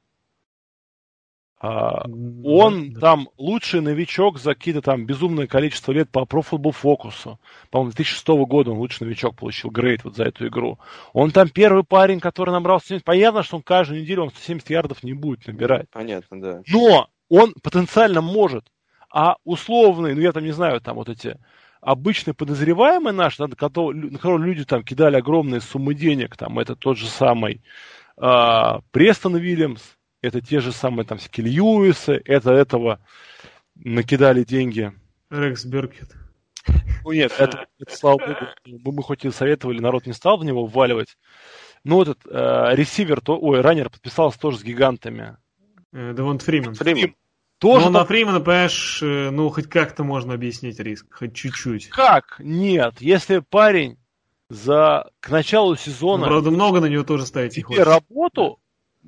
Он там лучший новичок за какие-то там безумное количество лет по Pro Football Focus. По-моему, 2006 года он лучший новичок получил грейд вот за эту игру. Он там первый парень, который набрал 170. Понятно, что он каждую неделю 170 ярдов не будет набирать. Понятно, да. Но он потенциально может. А условные, я там не знаю, там вот эти обычные подозреваемые наши, на которых люди там кидали огромные суммы денег, там это тот же самый Престон Уильямс, это те же самые там всякие Льюисы, этого накидали деньги. Рекс Беркет. Нет, это, слава богу, мы хоть и советовали, народ не стал в него вваливать. Но этот раннер подписался тоже с гигантами. Девонт Фриман. Тоже но на Фримана, понимаешь, хоть как-то можно объяснить риск, хоть чуть-чуть. Как? Нет, если парень к началу сезона... правда, много на него тоже ставить не хочется. Работу,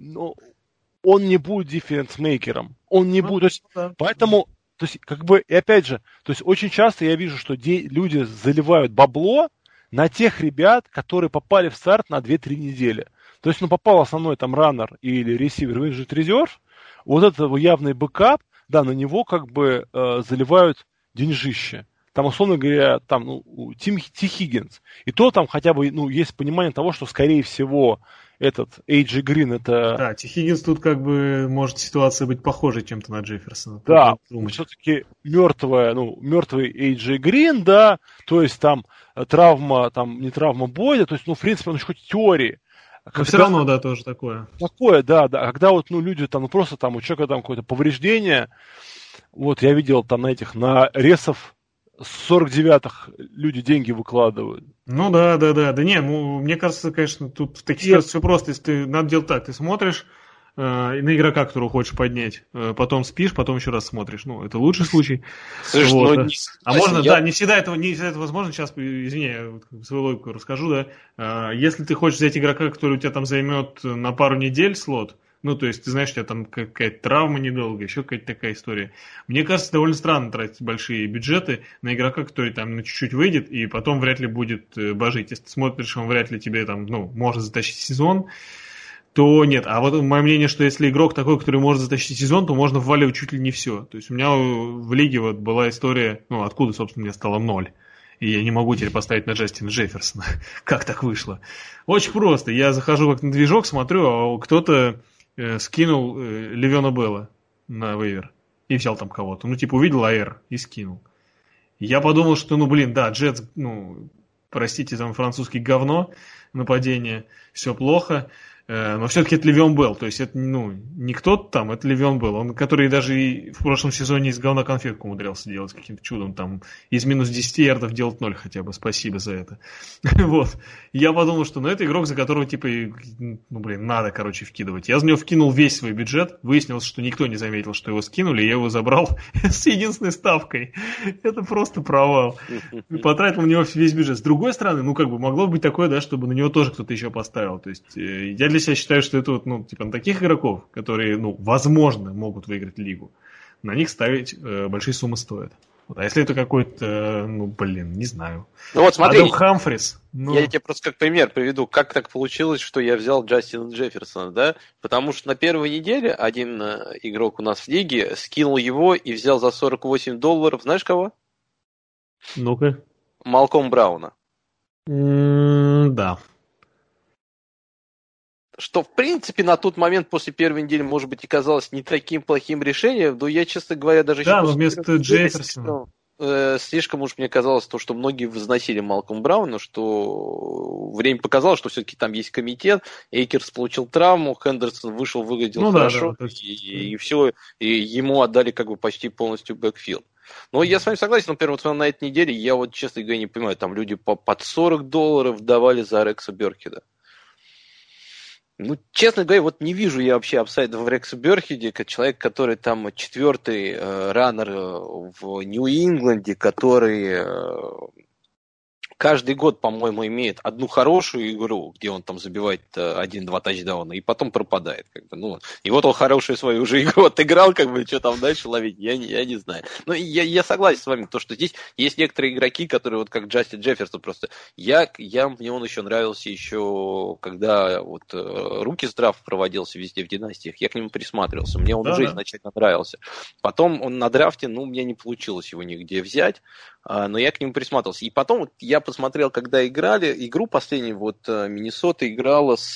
он не будет дифференс-мейкером. Он не будет. Да. Поэтому, и опять же, очень часто я вижу, что люди заливают бабло на тех ребят, которые попали в старт на 2-3 недели. То есть, попал основной там раннер или ресивер в injured reserve, вот это явный бэкап, да, на него заливают деньжище. Там, условно говоря, Ти Хиггинс. И то там хотя бы, есть понимание того, что, скорее всего, этот Эйджи Грин это... Да, Ти Хиггинс тут может ситуация быть похожей чем-то на Джефферсона. Да, все-таки мертвый Эйджи Грин, да, то есть там травма, не травма Бойда, то есть, в принципе, он еще хоть в теории. Но все равно, да, тоже такое. Такое, да. Когда люди просто у человека там какое-то повреждение, я видел там на ресов 49-х люди деньги выкладывают. Да. Да не, мне кажется, конечно, тут в таких ситуациях все просто. Если надо делать так, ты смотришь на игрока, которого хочешь поднять, потом спишь, потом еще раз смотришь. Это лучший случай. Слушай, не всегда это возможно. Сейчас, извини, я свою логику расскажу, да. Если ты хочешь взять игрока, который у тебя там займет на пару недель слот, то есть, ты знаешь, у тебя там какая-то травма недолго, еще какая-то такая история. Мне кажется, довольно странно тратить большие бюджеты на игрока, который там на чуть-чуть выйдет, и потом вряд ли будет божить. Если ты смотришь, он вряд ли тебе там, может затащить сезон, то нет. А вот мое мнение, что если игрок такой, который может затащить сезон, то можно вваливать чуть ли не все. То есть, у меня в лиге была история, откуда, собственно, мне стало 0. И я не могу теперь поставить на Джастина Джефферсона. Как так вышло? Очень просто. Я захожу как на движок, смотрю, а кто-то скинул Левиона Белла на вейвер и взял там кого-то. Увидел АР и скинул. Я подумал, что, Джетс, простите, там французский говно, нападение, все плохо. Но все-таки это Левион Белл, то есть это не кто-то там, это Левион Белл, он, который даже и в прошлом сезоне из говна конфетку умудрялся делать каким-то чудом, там из минус 10 ярдов делать 0 хотя бы, спасибо за это. Я подумал, что это игрок, за которого надо, вкидывать. Я за него вкинул весь свой бюджет, выяснилось, что никто не заметил, что его скинули, я его забрал с единственной ставкой. Это просто провал. Потратил на него весь бюджет. С другой стороны, могло быть такое, да, чтобы на него тоже кто-то еще поставил. То есть я для здесь я считаю, что это вот, ну, типа, на таких игроков, которые, ну, возможно, могут выиграть лигу, на них ставить большие суммы стоит. Вот. А если это какой-то, ну, блин, не знаю. Ну вот смотри, Адам Хамфрис. Ну... Я тебе просто как пример приведу, как так получилось, что я взял Джастина Джефферсона, да? Потому что на первой неделе один игрок у нас в лиге скинул его и взял за $48. Знаешь кого? Ну-ка. Малком Брауна. Да. Что, в принципе, на тот момент после первой недели, может быть, и казалось не таким плохим решением, но я, честно говоря, даже да, еще но вместо Джефферсона. Слишком уж мне казалось то, что многие возносили Малком Брауна, что время показало, что все-таки там есть комитет, Эйкерс получил травму, Хендерсон вышел, выглядел хорошо, да, и все, и ему отдали как бы почти полностью бэкфилд. Но я с вами согласен, например, вот на этой неделе, я вот, честно говоря, не понимаю, там люди под $40 давали за Рекса Бёркхеда. Ну, честно говоря, вот не вижу я вообще апсайда в Рексе Бёркхеде, как человек, который там 4-й раннер в Нью-Ингланде, который каждый год, по-моему, имеет одну хорошую игру, где он там забивает 1-2 тачдауна, и потом пропадает. Как бы, ну, и вот он хорошую свою уже игру отыграл, как бы, что там дальше ловить, я не знаю. Но я согласен с вами, то, что здесь есть некоторые игроки, которые, вот как Джастин Джефферсон, просто мне он еще нравился еще, когда вот Rookies драфт проводился везде в династиях, я к нему присматривался, мне он уже изначально нравился. Потом он на драфте, ну, у меня не получилось его нигде взять, но я к нему присматривался. И потом вот я посмотрел, когда играли, игру последнюю, вот Миннесота играла с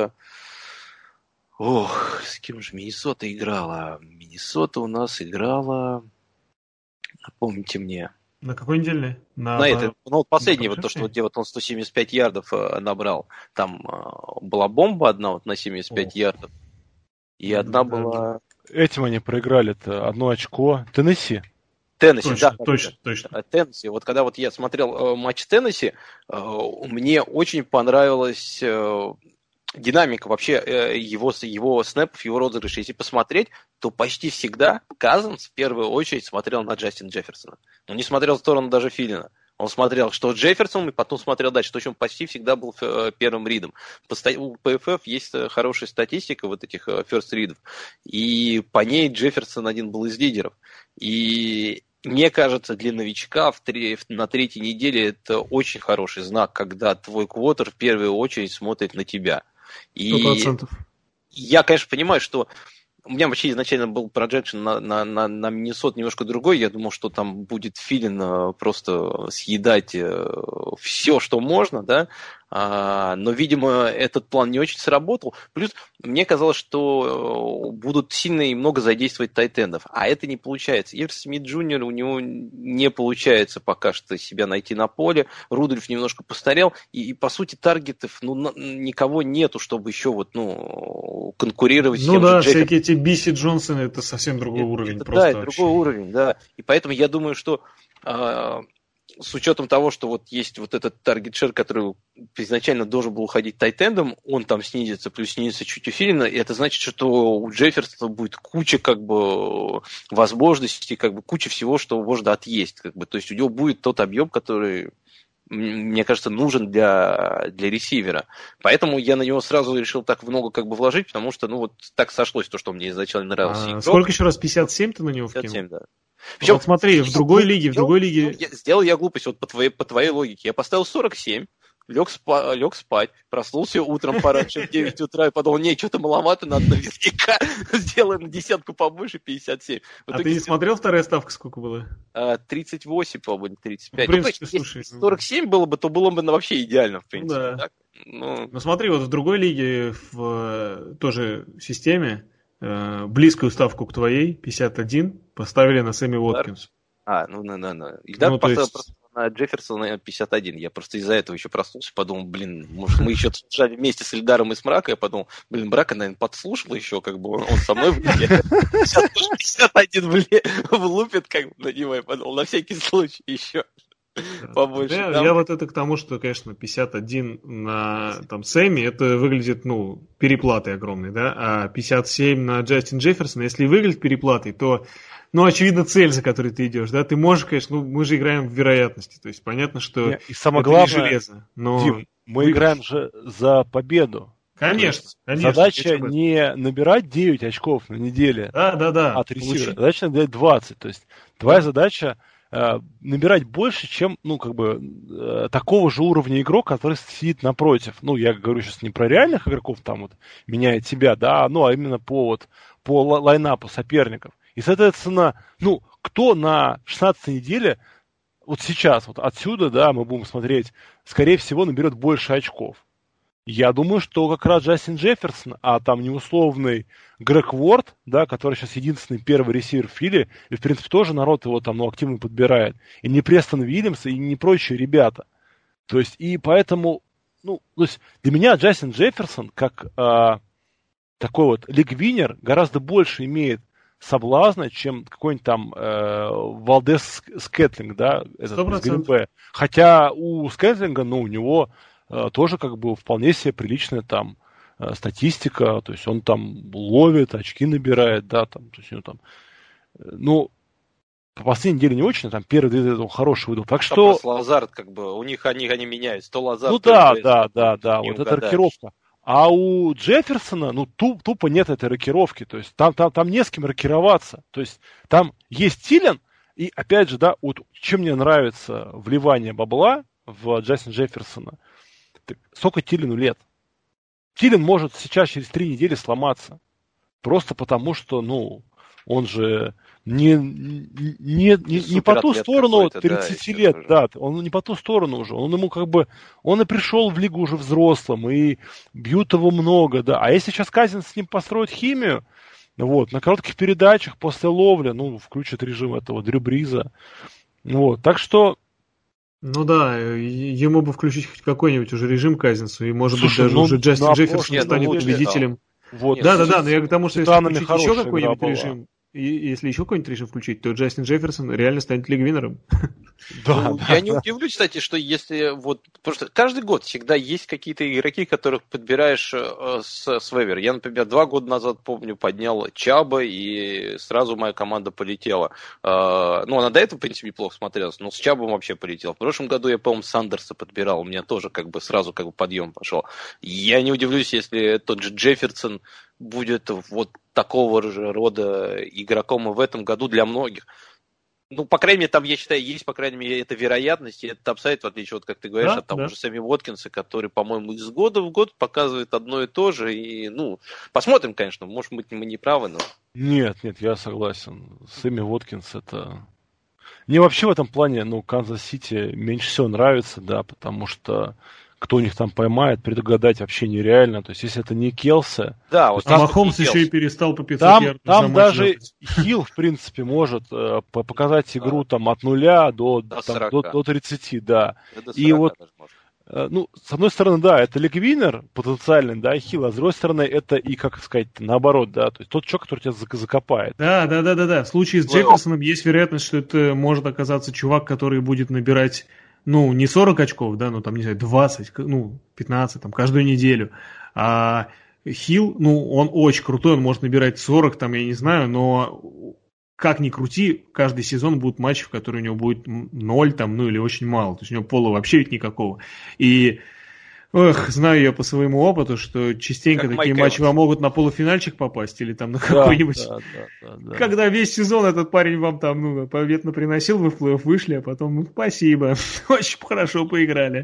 кем же Миннесота играла? Миннесота у нас играла, напомните мне. На какой неделе? На это, ну, вот последний, вот то, что вот, где вот он 175 ярдов набрал, там была бомба одна вот на 75 ярдов, и одна была... Этим они проиграли-то, 1 очко. Теннесси. Теннесси, точно, да. Точно. Теннесси. Вот когда вот я смотрел матч Теннесси, мне очень понравилась динамика вообще его снэпов, его розыгрышей. Если посмотреть, то почти всегда Казанс в первую очередь смотрел на Джастина Джефферсона. Он не смотрел в сторону даже Филина. Он смотрел, что Джефферсон, и потом смотрел дальше. То есть он почти всегда был первым ридом. У ПФФ есть хорошая статистика вот этих first ридов. И по ней Джефферсон один был из лидеров. И мне кажется, для новичка на третьей неделе это очень хороший знак, когда твой квотер в первую очередь смотрит на тебя. 100%. Я, конечно, понимаю, что у меня вообще изначально был проджекшн на Миннесот немножко другой. Я думал, что там будет Филин просто съедать все, что можно, да. Но, видимо, этот план не очень сработал. Плюс мне казалось, что будут сильно и много задействовать тайтендов. А это не получается. Ирс Смит Джуниор, у него не получается пока что себя найти на поле. Рудольф немножко постарел. И по сути, таргетов никого нету, чтобы еще вот, конкурировать с тем же Джефферсоном. Всякие эти Биси Джонсоны, это совсем другой уровень. Это, просто это другой уровень, да. И поэтому я думаю, что с учетом того, что вот есть вот этот таргет-шер, который изначально должен был уходить тайтендом, он там снизится, плюс снизится чуть у Филина, и это значит, что у Джефферсона будет куча как бы возможностей, как бы куча всего, что можно отъесть. Как бы. То есть у него будет тот объем, который, мне кажется, нужен для ресивера. Поэтому я на него сразу решил так много как бы вложить, потому что, вот так сошлось то, что мне изначально нравился игрок. Сколько еще раз? 57 ты на него 57, вкинул? 57, да. Причем, вот смотри, в другой лиге... Сделал я глупость, вот по твоей логике. Я поставил 47, лег спать, проснулся утром пораньше в 9 утра и подумал, что-то маловато, надо наверняка сделаем на десятку побольше, 57. А ты не смотрел вторая ставка, сколько было? 38, по-моему, 35. В принципе, слушай, если 47 было бы, то было бы вообще идеально, в принципе. Да. Так? Ну смотри, вот в другой лиге, в тоже системе, близкую ставку к твоей, 51, поставили на Сэмми Уоткинс. Ильдар поставил просто на Джефферсона 51. Я просто из-за этого еще проснулся, подумал, может, мы еще жали вместе с Ильдаром и с Мракой. Я подумал, Брака, наверное, подслушал еще, как бы он со мной 51 влупит, как бы на него. Я подумал, на всякий случай еще. Побольше. Я вот это к тому, что, конечно, 51 на Сэмми, это выглядит, переплатой огромной, да, а 57 на Джастин Джефферсона, если выглядит переплатой, то, очевидно, цель, за которой ты идешь, да, ты можешь, конечно, мы же играем в вероятности, то есть понятно, что и самое главное, не железо, но... Дим, мы играем же за победу. Конечно. Задача не набирать 9 очков на неделе от ресивера, задача набирать 20. То есть твоя задача набирать больше, чем, такого же уровня игрок, который сидит напротив. Я говорю сейчас не про реальных игроков, там вот меняет тебя, да, а именно по лайнапу соперников. И, соответственно, кто на 16-й неделе, вот сейчас, вот отсюда, да, мы будем смотреть, скорее всего, наберет больше очков. Я думаю, что как раз Джастин Джефферсон, а там неусловный Грег Уорд, да, который сейчас единственный первый ресивер в Филе, и, в принципе, тоже народ его там, активно подбирает. И не Престон Уильямс, и не прочие ребята. То есть, и поэтому, то есть для меня Джастин Джефферсон, как такой вот лиг-винер, гораздо больше имеет соблазна, чем какой-нибудь там Валдес Скэтлинг, да, этот из Грин-Бэя. Хотя у Скэтлинга, у него тоже вполне себе приличная там статистика, то есть он там ловит, очки набирает, да, там, то есть у него там, по последней неделе не очень, там первые 2 этого хороший выдал, так что... Просто Лазард, у них они меняются, то Лазард... да, вот эта рокировка. А у Джефферсона, тупо нет этой рокировки, то есть там не с кем рокироваться, то есть там есть Тилен, и опять же, да, вот чем мне нравится вливание бабла в Джастина Джефферсона, сколько Тилену лет? Тилен может сейчас через 3 недели сломаться. Просто потому, что, он же не по ту сторону 30 лет, да, он не по ту сторону уже. Он ему он и пришел в лигу уже взрослым, и бьют его много, да. А если сейчас Казинс с ним построит химию, на коротких передачах после ловли, включит режим этого Дрю Бриза. Так что ему бы включить хоть какой-нибудь уже режим Казинсу, и, может быть, даже уже Джастин Джефферсон станет победителем. Да, но я к тому, что если включить еще какой-нибудь режим, и если еще какой-нибудь режим включить, то Джастин Джефферсон реально станет лиг-винером. Я не удивлюсь, кстати, что если просто каждый год всегда есть какие-то игроки, которых подбираешь с вейвера. Я, например, 2 года назад, помню, поднял Чаба, и сразу моя команда полетела. Она до этого, в принципе, неплохо смотрелась, но с Чабом вообще полетела. В прошлом году я, по-моему, Сандерса подбирал, у меня тоже сразу подъем пошел. Я не удивлюсь, если тот же Джефферсон будет вот такого же рода игроком и в этом году для многих. По крайней мере, там, я считаю, есть, по крайней мере, эта вероятность, и этот апсайд, в отличие от, как ты говоришь, от того же Сэмми Уоткинса, который, по-моему, из года в год показывает одно и то же. И, посмотрим, конечно, может быть, мы не правы, но... Нет, я согласен. Сэмми Уоткинс это... Мне вообще в этом плане, Канзас-Сити меньше всего нравится, да, потому что кто у них там поймает, предугадать вообще нереально. То есть, если это не Келсе... Да, вот Махомс еще и перестал по 500 ярдов. Там даже Хилл, в принципе, может показать игру там от 0 до 30, да. И вот, с одной стороны, да, это лиг-винер потенциальный, да, Хилл, а с другой стороны, это и, как сказать, наоборот, да, то есть тот чувак, который тебя закопает. Да. В случае с Джефферсоном есть вероятность, что это может оказаться чувак, который будет набирать не 40 очков, да, не знаю, 20, 15, каждую неделю. А Хилл, он очень крутой, он может набирать 40, я не знаю, но как ни крути, каждый сезон будут матчи, в которые у него будет 0, или очень мало. То есть у него пола вообще ведь никакого. И знаю я по своему опыту, что частенько как такие матчи вам могут на полуфинальчик попасть или на какой-нибудь... Да. Когда весь сезон этот парень вам победно приносил, вы в плей-офф вышли, а потом спасибо, очень хорошо поиграли.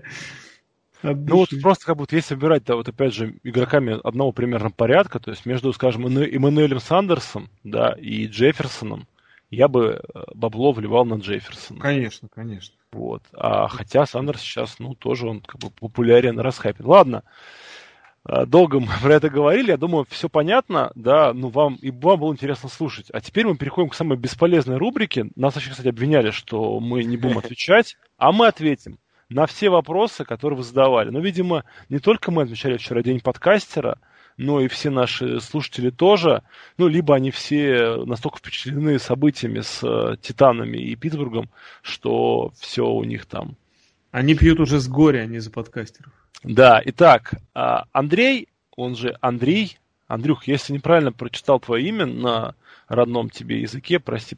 Просто если выбирать, да, вот опять же, игроками одного примерно порядка, то есть между, скажем, Эммануэлем Сандерсом, да, и Джефферсоном, я бы бабло вливал на Джефферсона. Конечно. Вот. Хотя Сандерс сейчас, тоже он популярен, расхайпен. Ладно, долго мы про это говорили, я думаю, все понятно, да, вам было интересно слушать. А теперь мы переходим к самой бесполезной рубрике. Нас еще, кстати, обвиняли, что мы не будем отвечать, а мы ответим на все вопросы, которые вы задавали. Но, видимо, не только мы отмечали вчера День подкастера, но и все наши слушатели тоже. Либо они все настолько впечатлены событиями с Титанами и Питтсбургом, что все у них там. Они пьют уже с горя, а не за подкастеров. Да, итак, Андрей, он же Андрей. Андрюх, если неправильно прочитал твое имя на родном тебе языке, прости,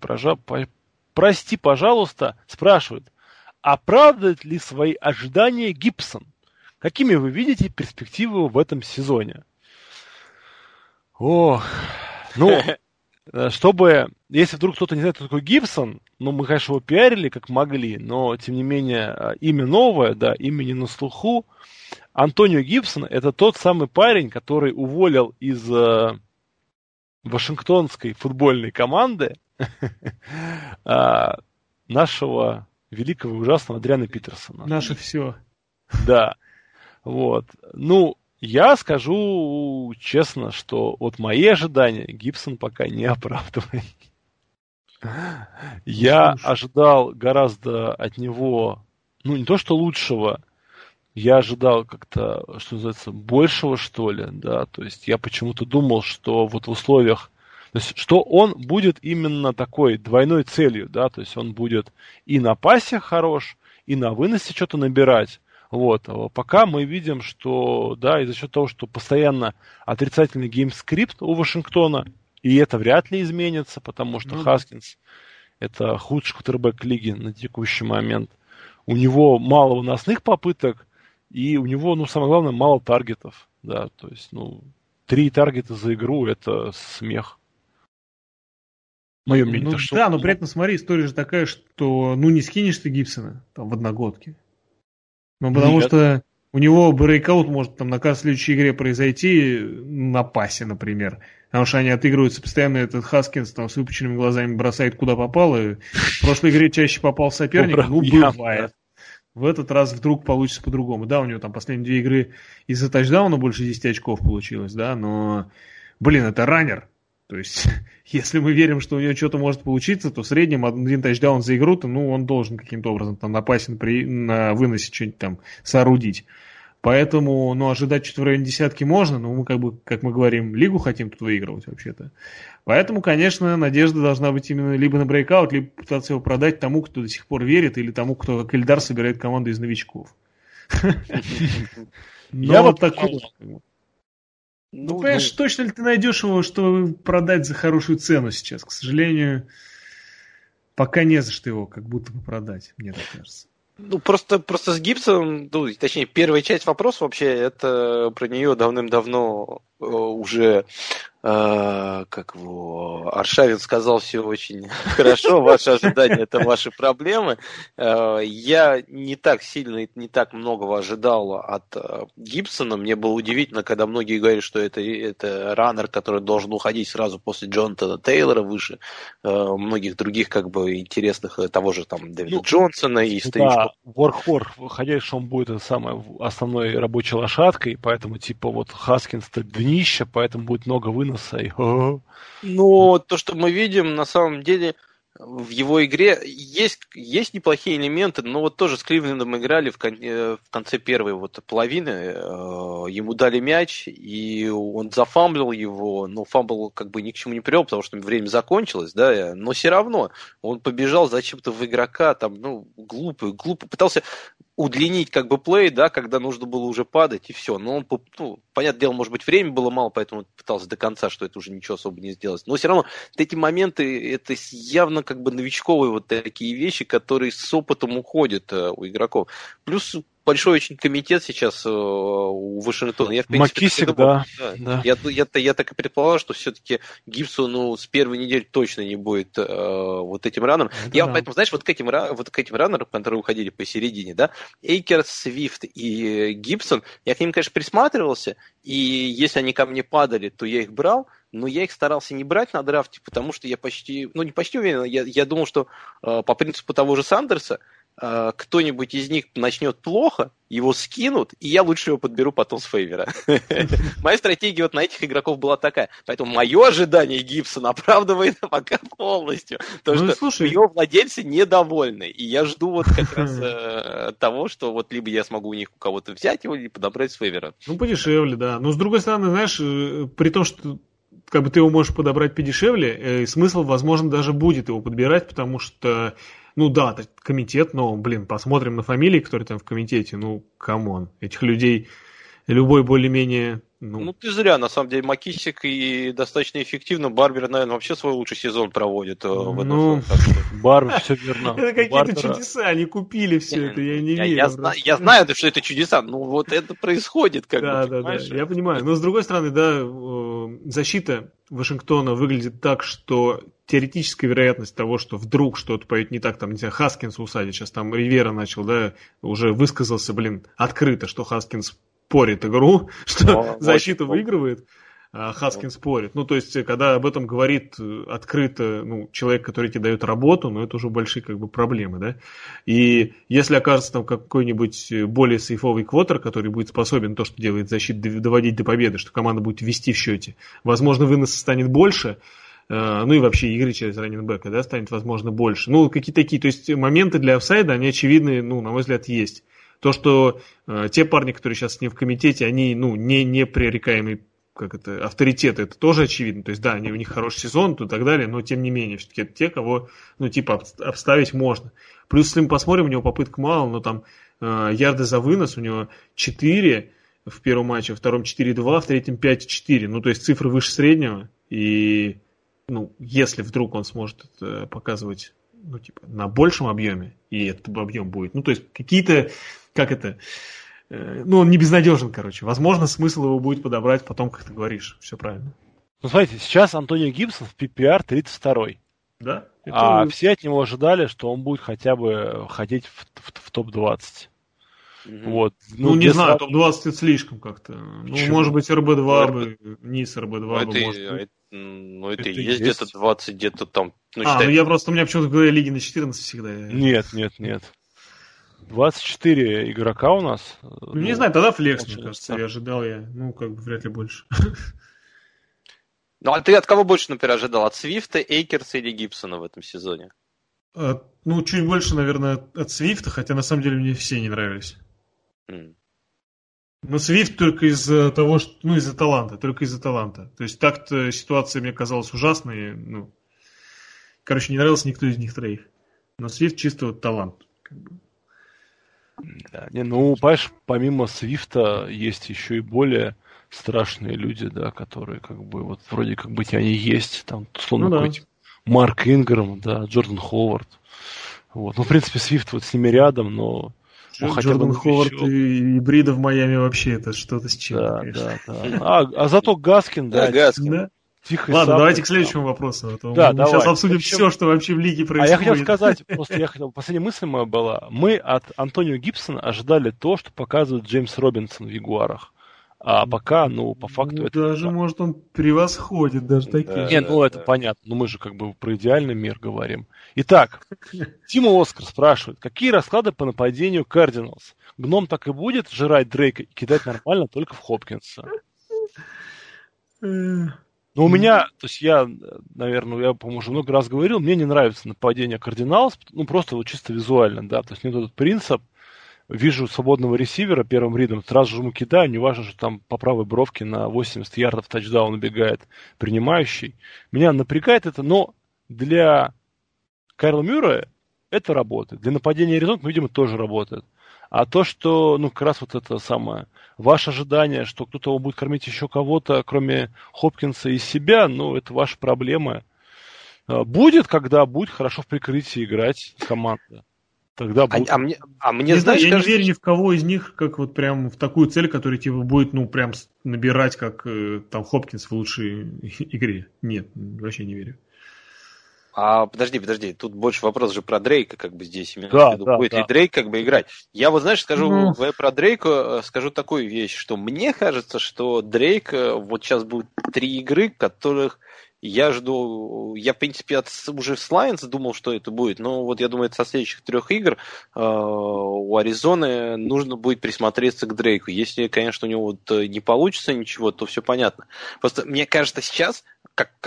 пожалуйста, спрашивает, оправдывает ли свои ожидания Гибсон? Какими вы видите перспективы в этом сезоне? Ох, ну, чтобы, если вдруг кто-то не знает, кто такой Гибсон, ну, мы, конечно, его пиарили как могли, но, тем не менее, имя новое, да, имя не на слуху. Антонио Гибсон – это тот самый парень, который уволил из вашингтонской футбольной команды нашего великого и ужасного Адриана Питерсона. Наше все. Да. Вот. Ну, я скажу честно, что вот мои ожидания Гибсон пока не оправдывает. Я ожидал гораздо от него, ну, не то что лучшего, я ожидал как-то, что называется, большего, что ли, да, то есть я почему-то думал, что вот в условиях, то есть, что он будет именно такой двойной целью, да, то есть он будет и на пасе хорош, и на выносе что-то набирать. Вот. Пока мы видим, что, да, и за счет того, что постоянно отрицательный геймскрипт у Вашингтона, и это вряд ли изменится, потому что Хаскинс это худший квотербек лиги на текущий момент. У него мало выносных попыток, и у него, ну, самое главное, мало таргетов, да, то есть, ну, 3 таргета за игру – это смех. Мое мнение. Ну, да, но при этом, смотри, история же такая, что, ну, не скинешь ты Гибсона там в одногодке. Ну, потому что у него брейкаут может там на каждой следующей игре произойти на пасе, например. Потому что они отыгрываются постоянно, этот Хаскинс там с выпученными глазами бросает куда попало. И в прошлой игре чаще попал соперник, ну, бывает. В этот раз вдруг получится по-другому. Да, у него там последние 2 игры из-за тачдауна больше 10 очков получилось, да, но, блин, это раннер. То есть, если мы верим, что у него что-то может получиться, то в среднем 1 тачдаун за игру, то, ну, он должен каким-то образом там на пасе, на выносе что-нибудь там соорудить. Поэтому, ну, ожидать что-то в районе десятки можно, но мы, как бы, как мы говорим, лигу хотим тут выигрывать вообще-то. Поэтому, конечно, надежда должна быть именно либо на брейкаут, либо пытаться его продать тому, кто до сих пор верит, или тому, кто, как Ильдар, собирает команду из новичков. Я вот такой. Ну, понимаешь, точно ли ты найдешь его, чтобы продать за хорошую цену сейчас? К сожалению, пока не за что его как будто бы продать, мне так кажется. Ну, просто с Гибсоном, ну, точнее, первая часть вопроса вообще, это про нее давным-давно уже, как его, Аршавин сказал, все очень хорошо, ваши ожидания – это ваши проблемы. Я не так сильно и не так многого ожидал от Гибсона. Мне было удивительно, когда многие говорят, что это раннер, который должен уходить сразу после Джонатана Тейлора выше многих других, как бы, интересных, того же там Дэвида Джонсона и старичков. Да, Ворхор, хотя что он будет самой основной рабочей лошадкой, поэтому, типа, вот Хаскинс-то днище, поэтому будет много выноса. Но то, что мы видим, на самом деле, в его игре есть неплохие элементы, но вот тоже с Кливлендом играли в конце первой вот половины, ему дали мяч, и он зафамблил его, но фамбл как бы ни к чему не привел, потому что время закончилось, да, но все равно он побежал зачем-то в игрока, там, ну, глупо, пытался удлинить как бы плей, да, когда нужно было уже падать, и все. Но он, ну, понятное дело, может быть, времени было мало, поэтому он пытался до конца, что это уже ничего особо не сделать. Но все равно эти моменты, это явно как бы новичковые вот такие вещи, которые с опытом уходят у игроков. Плюс большой очень комитет сейчас у Вашингтона. Я, в принципе, Маккисик, думал, да. Я так и предполагал, что все-таки Гибсону с первой недели точно не будет вот этим раннером. Поэтому, знаешь, вот к этим раннерам, которые уходили посередине, да, Эйкерс, Свифт и Гибсон, я к ним, конечно, присматривался, и если они ко мне падали, то я их брал, но я их старался не брать на драфте, потому что я не почти уверен, я думал, что по принципу того же Сандерса, кто-нибудь из них начнет плохо, его скинут, и я лучше его подберу потом с фейвера. Моя стратегия вот на этих игроков была такая. Поэтому мое ожидание Гибсона оправдывает пока полностью. Потому что его владельцы недовольны. И я жду вот как раз того, что вот либо я смогу у них у кого-то взять его, либо подобрать с фейвера. Ну, подешевле, да. Но с другой стороны, знаешь, при том, что как бы ты его можешь подобрать подешевле, смысл, возможно, даже будет его подбирать, потому что ну да, это комитет, но, блин, посмотрим на фамилии, которые там в комитете. Ну, камон. Этих людей любой более-менее Ну, ты зря. На самом деле, Макисик и достаточно эффективно. Барбер, наверное, вообще свой лучший сезон проводит в НФЛ. Барбер, все верно. Это какие-то чудеса, они купили все это, я не верю. Я знаю, что это чудеса, но вот это происходит, как бы, понимаешь? Да, я понимаю. Но, с другой стороны, да, защита Вашингтона выглядит так, что теоретическая вероятность того, что вдруг что-то пойдет не так, там, не знаю, Хаскинса усадят, сейчас там Ривера начал, да, уже высказался, открыто, что Хаскинс порит игру, что защита выигрывает, а Хаскинс спорит. Ну, то есть, когда об этом говорит открыто, человек, который тебе дает работу, это уже большие, проблемы, да. И если окажется там какой-нибудь более сейфовый квотер, который будет способен то, что делает защита, доводить до победы, что команда будет вести в счете, возможно, выноса станет больше, и вообще игры через раннинг-бека, да, станет, возможно, больше. Какие-то такие, то есть, моменты для офсайда, они очевидны, на мой взгляд, есть. То, что те парни, которые сейчас с ним в комитете, они, не непререкаемые, авторитеты, это тоже очевидно. То есть, да, у них хороший сезон и так далее, но тем не менее, все-таки это те, кого, обставить можно. Плюс, если мы посмотрим, у него попыток мало, но там ярды за вынос, у него 4 в первом матче, во втором 4,2, в третьем 5,4. То есть, цифры выше среднего. И, если вдруг он сможет это показывать на большем объеме, и этот объем будет, то есть какие-то, он не безнадежен, возможно, смысл его будет подобрать потом, как ты говоришь, все правильно. Смотрите, сейчас Антонио Гибсон в PPR 32-й. Да? А все от него ожидали, что он будет хотя бы ходить в топ-20. Вот. Не знаю, топ-20 это слишком как-то. Может быть, РБ2 бы, низ РБ2 бы, может быть. Это есть где-то 20, где-то там. У меня почему-то в голове лиги на 14 всегда. Нет. 24 игрока у нас. Не знаю, тогда флекс, мне кажется, я ожидал вряд ли больше. А ты от кого больше, например, ожидал? От Свифта, Эйкерса или Гибсона в этом сезоне? Чуть больше, наверное, от Свифта, хотя на самом деле мне все не нравились. Но Свифт только из-за того, что... из-за таланта, только из-за таланта. То есть так-то ситуация мне казалась ужасной. Не нравился никто из них троих. Но Свифт чисто талант. Да, понимаешь, помимо Свифта есть еще и более страшные люди, да, которые вроде как быть они есть. Там, условно, какой-то Марк Ингрэм, да, Джордан Ховард. Вот. В принципе, Свифт с ними рядом, но... Джордан Ховард и Брида в Майами вообще это что-то с чем-то, конечно. Да. А зато Гаскин, да. Гаскин. Да? Ладно, давайте к следующему вопросу. Мы сейчас обсудим все, что вообще в лиге происходит. А я хотел сказать, последняя мысль моя была, мы от Антонио Гибсона ожидали то, что показывает Джеймс Робинсон в Ягуарах. А пока, по факту... это даже, может, он превосходит даже такие. Это понятно. Но мы же про идеальный мир говорим. Итак, Тима Оскар спрашивает, какие расклады по нападению Кардиналс? Гном так и будет жрать Дрейка и кидать нормально только в Хопкинса? У меня, то есть я, наверное, по-моему, уже много раз говорил, мне не нравится нападение Кардиналс, просто чисто визуально, да, то есть мне этот принцип, вижу свободного ресивера первым ридом, сразу же ему кидаю, неважно, что там по правой бровке на 80 ярдов тачдаун убегает принимающий. Меня напрягает это, но для Кайла Мюррея это работает. Для нападения Аризоны, видимо, тоже работает. А то, что, как раз это самое, ваше ожидание, что кто-то будет кормить еще кого-то, кроме Хопкинса и себя, это ваша проблема. Будет, когда будет хорошо в прикрытии играть команда. Тогда будет. Мне знаешь, я не верю ни в кого из них, как прям в такую цель, которая будет, прям набирать, как там Хопкинс в лучшей игре. Нет, вообще не верю. Подожди, тут больше вопрос же про Дрейка, здесь именно в виду. Будет ли Дрейк играть? Я скажу про Дрейка, скажу такую вещь, что мне кажется, что Дрейк, сейчас будет 3 игры, которых я жду, в принципе, уже с Lions думал, что это будет, но я думаю, со следующих 3 игр у Аризоны нужно будет присмотреться к Дрейку. Если, конечно, у него не получится ничего, то все понятно. Просто мне кажется, сейчас, как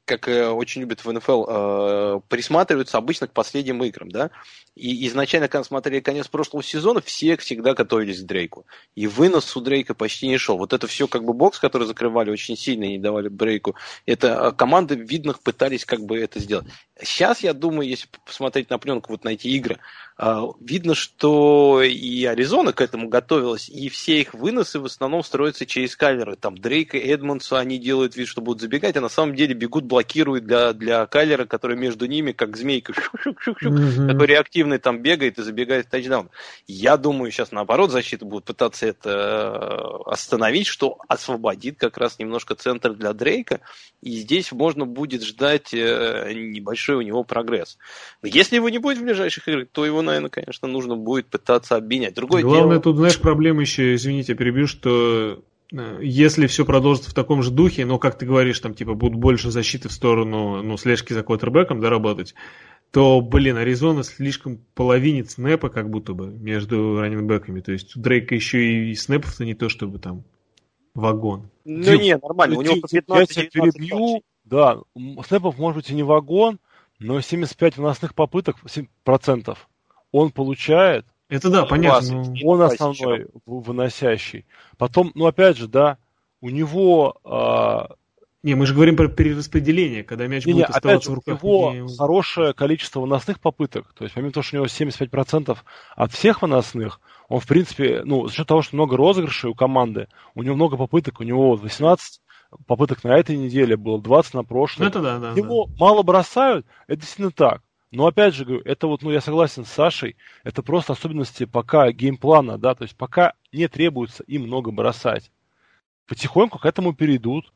как очень любят в НФЛ, присматриваются обычно к последним играм, да, и изначально, когда смотрели конец прошлого сезона, все всегда готовились к Дрейку, и вынос у Дрейка почти не шел. Вот это все как бы бокс, который закрывали очень сильно и не давали Дрейку, это команды видных пытались как бы это сделать. Сейчас, я думаю, если посмотреть на пленку, вот на эти игры, видно, что и Аризона к этому готовилась, и все их выносы в основном строятся через Кайлера. Там Дрейк и Эдмонса, они делают вид, что будут забегать, а на самом деле бегут, блокируют для Кайлера, который между ними, как змейка, такой реактивный там бегает и забегает в тачдаун. Я думаю, сейчас наоборот защита будет пытаться это остановить, что освободит как раз немножко центр для Дрейка, и здесь можно будет ждать небольшой у него прогресс. Но если его не будет в ближайших играх, то его, наверное, конечно, нужно будет пытаться обменять. Другое Главное, дело... тут, знаешь, проблема еще, извините, перебью, что если все продолжится в таком же духе, но, как ты говоришь, там, типа, будут больше защиты в сторону, слежки за квотербеком, да, работать, то, Аризона слишком половинит снэпа, как будто бы, между раннингбэками. То есть у Дрейка еще и снэпов-то не то, чтобы там вагон. Ну, нет, нормально, у него по 15-19 я тебя перебью, да, снэпов может быть и не вагон, но 75 выносных попыток, 7% он получает. Это да, понятно. Он основной выносящий. Потом, опять же, да, у него... Не, мы же говорим про перераспределение, когда мяч будет оставаться в руках. У него хорошее количество выносных попыток. То есть, помимо того, что у него 75% от всех выносных, он, в принципе, за счет того, что много розыгрышей у команды, у него много попыток, у него 18 попыток на этой неделе было, 20 на прошлой. Это да. Его мало бросают, это действительно так. Но опять же говорю, это я согласен с Сашей, это просто особенности пока геймплана, да, то есть пока не требуется им много бросать. Потихоньку к этому перейдут.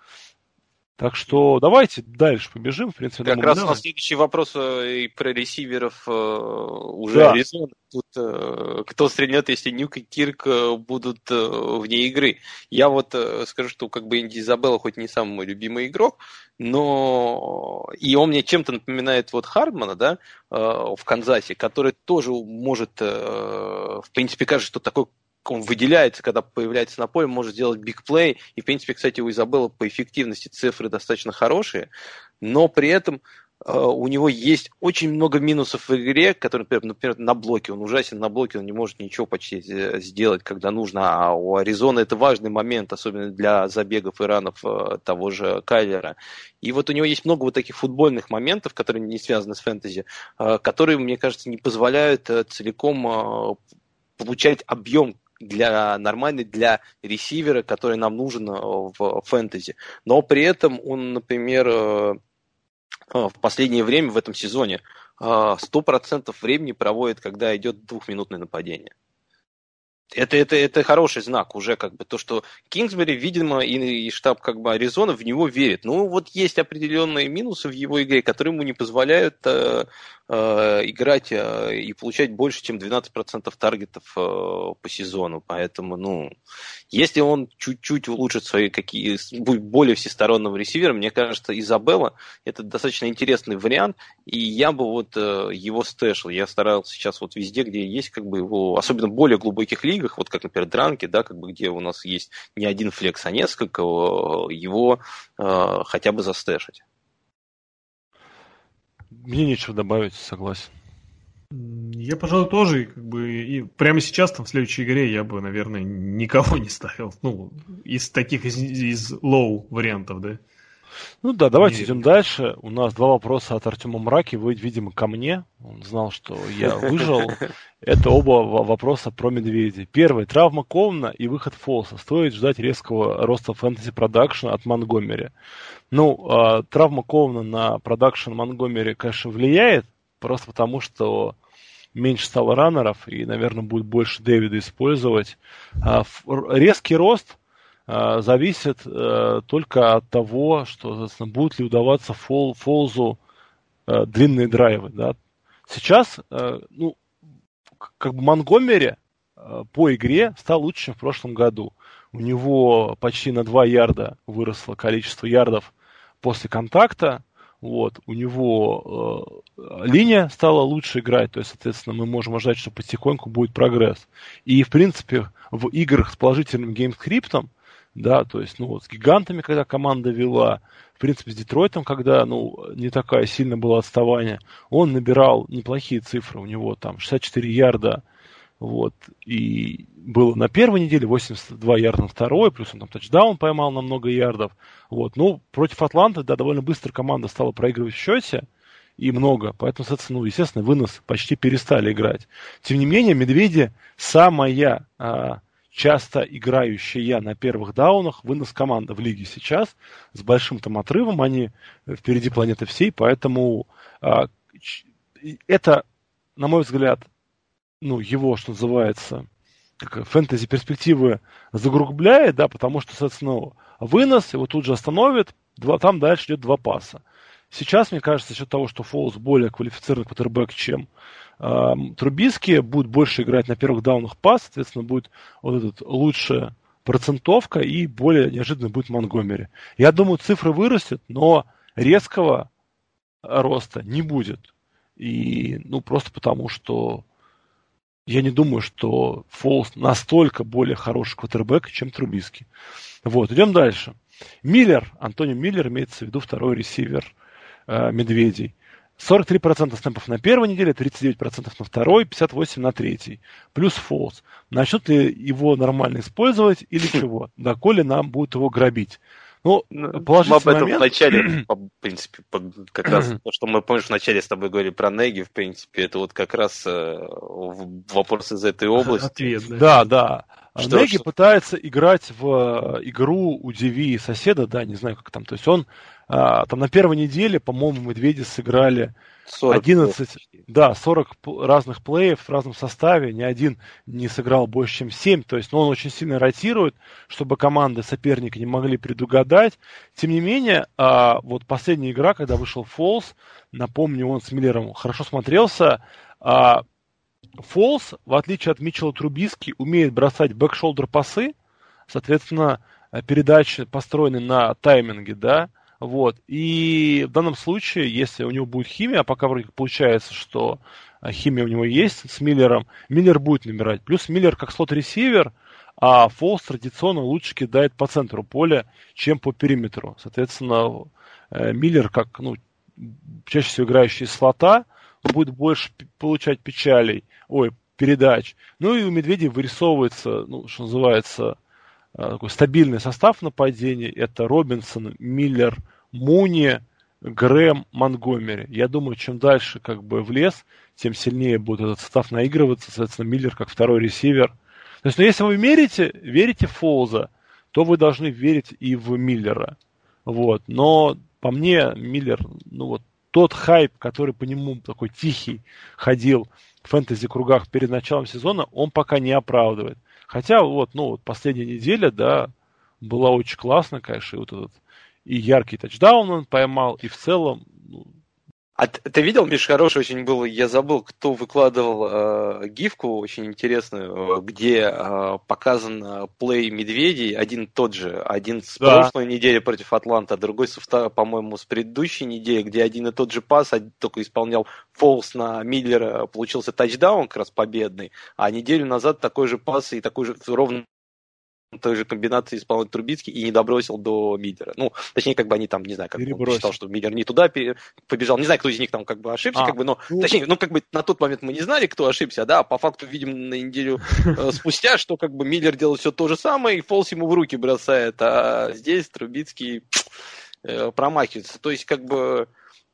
Так что давайте дальше побежим. В принципе, как раз на следующий вопрос и про ресиверов уже Аризона. Тут кто стрельнет, если Нюк и Кирк будут вне игры. Я скажу, что как бы Энди Изабелла хоть не самый мой любимый игрок, но и он мне чем-то напоминает Хардмана, да, в Канзасе, который тоже может, в принципе, кажется, что такой он выделяется, когда появляется на поле, может сделать бигплей. И, в принципе, кстати, у Изабелла по эффективности цифры достаточно хорошие, но при этом у него есть очень много минусов в игре, которые, например, на блоке. Он ужасен на блоке, он не может ничего почти сделать, когда нужно. А у Аризоны это важный момент, особенно для забегов и ранов того же Кайлера. И у него есть много таких футбольных моментов, которые не связаны с фэнтези, которые, мне кажется, не позволяют целиком получать объем нормальный для ресивера, который нам нужен в фэнтези. Но при этом он, например, в последнее время, в этом сезоне, 100% времени проводит, когда идет двухминутное нападение. Это хороший знак уже, то, что Кингсбери, видимо, и штаб Аризона в него верит. Есть определенные минусы в его игре, которые ему не позволяют играть и получать больше, чем 12% таргетов по сезону. Поэтому, если он чуть-чуть улучшит свои будет более всесторонним ресивером, мне кажется, Изабелла это достаточно интересный вариант, и я бы его стэшил. Я старался сейчас везде, где есть его, особенно в более глубоких лигах, как, например, дранки, да, где у нас есть не один флекс, а несколько, его хотя бы застэшить. Мне нечего добавить, согласен. Я, пожалуй, тоже, и прямо сейчас, в следующей игре, я бы, наверное, никого не ставил. Из таких, из лоу вариантов, да? Давайте идем дальше. У нас 2 вопроса от Артема Мраки. Вы, видимо, ко мне. Он знал, что я выжил. Это оба вопроса про медведей. Первый. Травма Ковна и выход Фолса. Стоит ждать резкого роста фэнтези-продакшена от Монгомери. Травма Ковна на продакшн Монгомери, конечно, влияет. Просто потому, что меньше стало раннеров. И, наверное, будет больше Дэвида использовать. Резкий рост зависит только от того, что, соответственно, будут ли удаваться Фолзу длинные драйвы. Да? Сейчас, Монгомери по игре стал лучше, чем в прошлом году. У него почти на 2 ярда выросло количество ярдов после контакта. У него линия стала лучше играть, то есть, соответственно, мы можем ожидать, что потихоньку будет прогресс. И, в принципе, в играх с положительным геймскриптом да, то есть, ну, вот с Гигантами, когда команда вела, в принципе, с Детройтом, когда, ну, не такая сильно было отставание, он набирал неплохие цифры, у него там 64 ярда, вот, и было на первой неделе 82 ярда на второй, плюс он там тачдаун поймал на много ярдов, вот, ну, против Атланты, да, довольно быстро команда стала проигрывать в счете, и много, поэтому, соответственно, ну, естественно, вынос почти перестали играть. Тем не менее, Медведи самая часто играющая на первых даунах вынос команды в лиге сейчас, с большим там отрывом, они впереди планеты всей, поэтому это, на мой взгляд, ну, его, что называется, фэнтези перспективы загрубляет, да, потому что, соответственно, вынос его тут же остановит, там дальше идет 2 паса. Сейчас, мне кажется, за счет того, что Фолс более квалифицированный квотербек, чем Трубиски, будет больше играть на первых даунах пас, соответственно, будет вот этот лучшая процентовка и более неожиданно будет Монгомери. Я думаю, цифры вырастет, но резкого роста не будет. И, ну, просто потому, что я не думаю, что Фолс настолько более хороший квотербек, чем Трубиски. Вот, идем дальше. Миллер, Антони Миллер, имеется в виду второй ресивер Медведей. 43% снэпов на первой неделе, 39% на второй, 58% на третьей. Плюс Фолс. Начнут ли его нормально использовать или чего? Доколе нам будут его грабить? Ну, положительный мы об этом момент... в начале, в принципе, как раз то, что мы, помнишь, в начале с тобой говорили про Неги, в принципе, это вот как раз вопрос из этой области. Ответ, да. Неги пытается играть в игру «Удиви соседа», да, не знаю, как там. То есть он там на первой неделе, по-моему, Медведи сыграли 11, 40 разных плеев в разном составе, ни один не сыграл больше, чем 7, то есть, ну, он очень сильно ротирует, чтобы команды соперника не могли предугадать. Тем не менее, вот последняя игра, когда вышел Фолс, напомню, он с Миллером хорошо смотрелся, Фолс, в отличие от Митчелла Трубиски, умеет бросать бэкшолдер пасы, соответственно, передачи построены на тайминге, да, вот, и в данном случае, если у него будет химия, а пока вроде получается, что химия у него есть с Миллером, Миллер будет набирать. Плюс Миллер как слот-ресивер, а Фолс традиционно лучше кидает по центру поля, чем по периметру. Соответственно, Миллер, как, ну, чаще всего играющий из слота, будет больше получать передач. Ну и у Медведей вырисовывается, ну, что называется, такой стабильный состав нападения. Это Робинсон, Миллер, Муни, Грэм, Монгомери. Я думаю, чем дальше как бы в лес, тем сильнее будет этот состав наигрываться. Соответственно, Миллер как второй ресивер. То есть, ну, если вы верите в Фолза, то вы должны верить и в Миллера. Вот. Но по мне, Миллер, ну вот, тот хайп, который по нему такой тихий ходил в фэнтези-кругах перед началом сезона, он пока не оправдывает. Хотя вот, ну, вот последняя неделя, да, была очень классная, конечно, и вот этот и яркий тачдаун он поймал, и в целом... Ну... А ты видел, Миш, хороший очень был, я забыл, кто выкладывал гифку очень интересную, где показан плей Медведей, один тот же, один с прошлой недели против Атланты, а другой, по-моему, с предыдущей недели, где один и тот же пас, только исполнял Фолс на Миллера, получился тачдаун как раз победный, а неделю назад такой же пас и такой же ровно той же комбинации исполнил Трубицкий и не добросил до Миллера. Ну, точнее, как бы они там, не знаю, как он считал, что Миллер не туда побежал. Не знаю, кто из них там как бы ошибся, как бы, но, точнее, ну, как бы на тот момент мы не знали, кто ошибся, да, а по факту видим на неделю спустя, что как бы Миллер делает все то же самое, и Фолс ему в руки бросает, а здесь Трубицкий промахивается. То есть, как бы,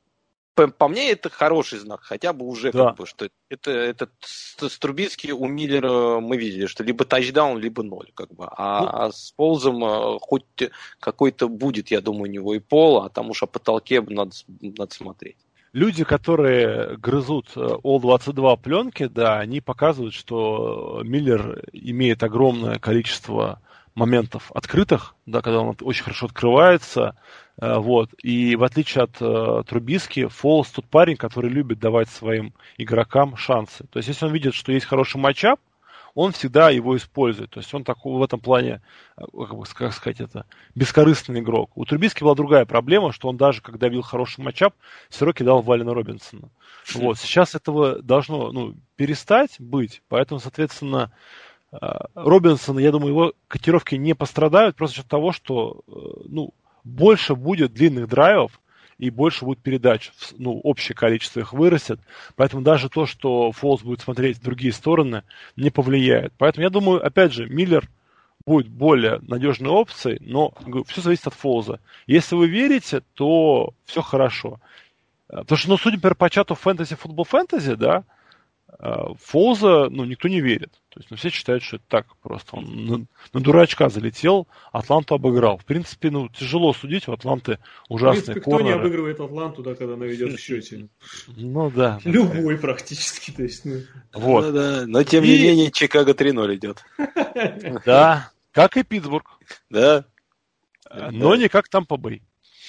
по мне, это хороший знак, хотя бы уже, как бы, что это с Трубицки у Миллера мы видели, что либо тачдаун, либо 0, как бы. А с Фолзом хоть какой-то будет, я думаю, у него и пол, а там уж о потолке надо смотреть. Люди, которые грызут All-22 пленки, да, они показывают, что Миллер имеет огромное количество моментов открытых, да, когда он очень хорошо открывается, вот, и в отличие от Трубиски, Фолс тот парень, который любит давать своим игрокам шансы. То есть, если он видит, что есть хороший матчап, он всегда его использует. То есть, он такой в этом плане, как сказать это, бескорыстный игрок. У Трубиски была другая проблема, что он даже, когда видел хороший матчап, все равно кидал Валена Робинсона. Вот, сейчас этого должно, ну, перестать быть, поэтому, соответственно, Робинсон, я думаю, его котировки не пострадают просто за счет того, что больше будет длинных драйвов и больше будет передач. Общее количество их вырастет. Поэтому даже то, что Фолс будет смотреть в другие стороны, не повлияет. Поэтому я думаю, опять же, Миллер будет более надежной опцией, но все зависит от Фолза. Если вы верите, то все хорошо. Потому что, судя, например, по чату футбол фэнтези, да, Фолза, никто не верит. То есть, все считают, что это так просто. Он на дурачка залетел, Атланту обыграл. В принципе, тяжело судить, у Атланты ужасные корнеры. Кто не обыгрывает Атланту, да, когда она ведет в счете? Да. Любой практически. То есть, Вот. Да. Но, тем не менее, Чикаго 3-0 идет. Да, как и Питтсбург. Да. Но не как Тампа-Бэй.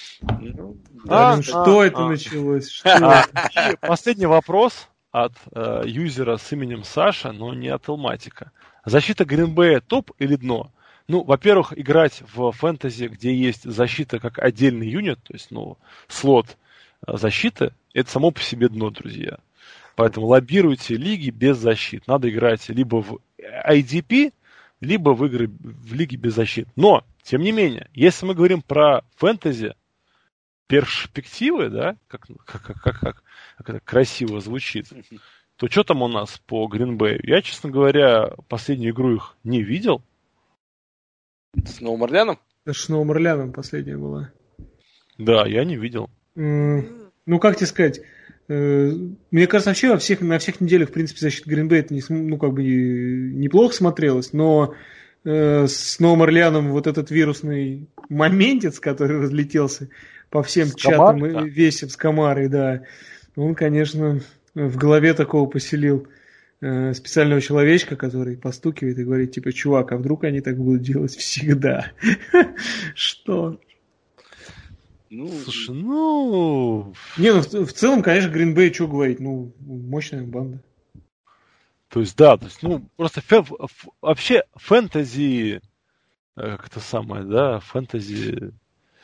Что это началось? И последний вопрос от юзера с именем Саша, но не от Элматика. Защита Гринбея топ или дно? Во-первых, играть в фэнтези, где есть защита как отдельный юнит, то есть, слот защиты, это само по себе дно, друзья. Поэтому лоббируйте лиги без защит. Надо играть либо в IDP, либо в игры в лиге без защит. Но, тем не менее, если мы говорим про фэнтези, перспективы, да, как это красиво звучит, то что там у нас по Гринбею? Я, честно говоря, последнюю игру их не видел. С Новым Орлеаном? Это с Новым Орлеаном последняя была. Да, я не видел. Как тебе сказать? Мне кажется, вообще на всех неделях, в принципе, защита Гринбея неплохо смотрелась, но с Новым Орлеаном вот этот вирусный моментец, который разлетелся по всем чатам, да. Весь с Камарой, да, он, конечно, в голове такого поселил специального человечка, который постукивает и говорит, типа, чувак, а вдруг они так будут делать всегда? Что? Слушай, Не, в целом, конечно, Гринбей, что говорить, мощная банда. То есть, да, просто вообще фэнтези, как это самое, да, фэнтези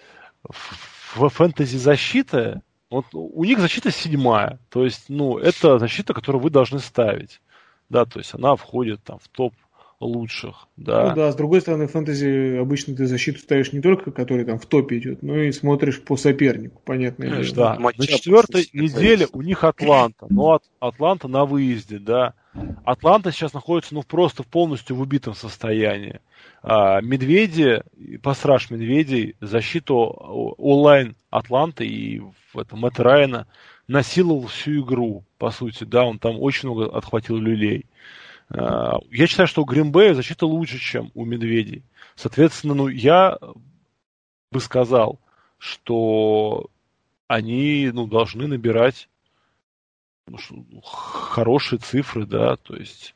защита, вот у них защита 7-я, то есть, это защита, которую вы должны ставить, да, то есть она входит там в топ лучших, да. С другой стороны, в фэнтези обычно ты защиту ставишь не только, который там в топе идет, но и смотришь по сопернику, понятное дело. Да, на 4-й неделе у них Атланта, но Атланта на выезде, да. Атланта сейчас находится, просто полностью в убитом состоянии. Медведи, пассаж медведей, защиту онлайн Атланты и Мэтта Райана насиловал всю игру, по сути, да, он там очень много отхватил люлей. Я считаю, что у Гринбея защита лучше, чем у медведей. Соответственно, я бы сказал, что они, должны набирать хорошие цифры, да, то есть,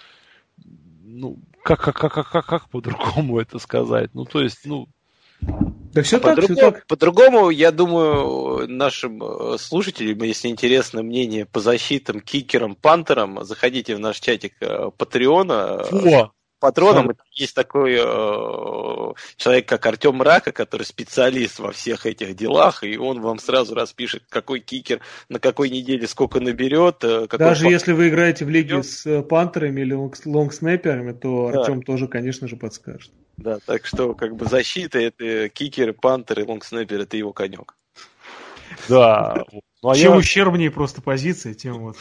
как по-другому это сказать? Да все так. По-другому, я думаю, нашим слушателям, если интересно мнение по защитам, кикерам, пантерам, заходите в наш чатик Патреона. Патроном есть такой человек, как Артем Рака, который специалист во всех этих делах, и он вам сразу распишет, какой кикер на какой неделе сколько наберет. Даже если вы играете в лиге с пантерами или лонгснэперами, то Артем тоже, конечно же, подскажет. Да, так что защита, это кикеры, пантеры, лонгснэперы, это его конек. Да. Чем ущербнее просто позиции, тем вот...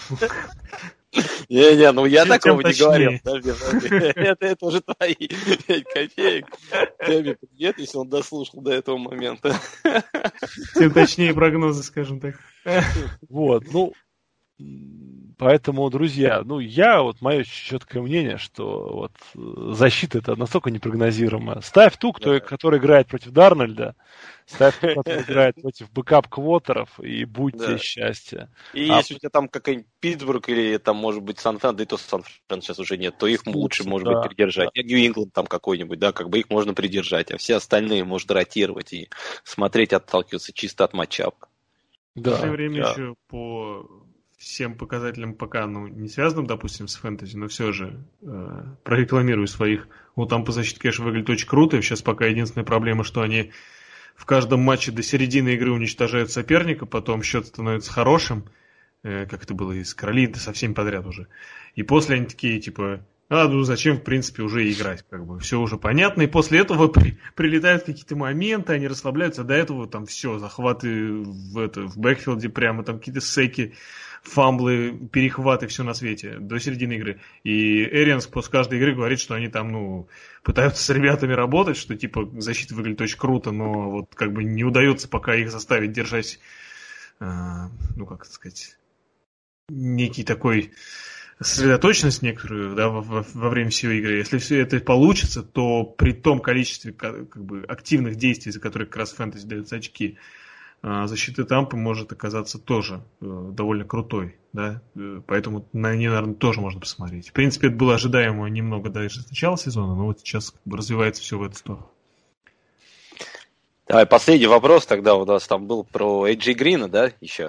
Не, я такого не говорил. Это уже твои 5 копеек. Теме привет, если он дослушал до этого момента. Тем точнее прогнозы, скажем так. Вот, поэтому, друзья, мое четкое мнение, что защита это настолько непрогнозируемая. Ставь ту, который играет против Дарнольда, ставь ту, который играет против бэкап-квотеров, и будьте счастья. И если у тебя там какой-нибудь Питтсбург или там, может быть, Сан-Фран, да и то Сан-Фран сейчас уже нет, то их лучше, может быть, придержать. Нью-Ингланд там какой-нибудь, да, их можно придержать, а все остальные можно ротировать и смотреть, отталкиваться чисто от матчапа. В последнее время еще по всем показателям пока, не связанным, допустим, с фэнтези, но все же прорекламирую своих. Там по защите, конечно, выглядит очень круто. Сейчас пока единственная проблема, что они в каждом матче до середины игры уничтожают соперника, потом счет становится хорошим, как это было и с Каролиной, со всеми подряд уже. И после они такие, типа, Зачем, в принципе, уже играть, как бы, все уже понятно, и после этого прилетают какие-то моменты, они расслабляются, до этого там все, захваты в бэкфилде прямо, там какие-то секи, фамблы, перехваты, все на свете, до середины игры. И Эрианс после каждой игры говорит, что они там, пытаются с ребятами работать, что, типа, защита выглядит очень круто, но вот как бы не удается пока их заставить держать, как это сказать, некий такой... сосредоточенность некоторую, да, во время всей игры. Если все это получится, то при том количестве как бы активных действий, за которые как раз фэнтези даются очки, защита Тампы может оказаться тоже довольно крутой, да, поэтому на нее, наверное, тоже можно посмотреть. В принципе, это было ожидаемо немного даже с начала сезона, но вот сейчас как бы развивается все в эту сторону. Давай, последний вопрос тогда у нас там был про AJ Грина, да, еще?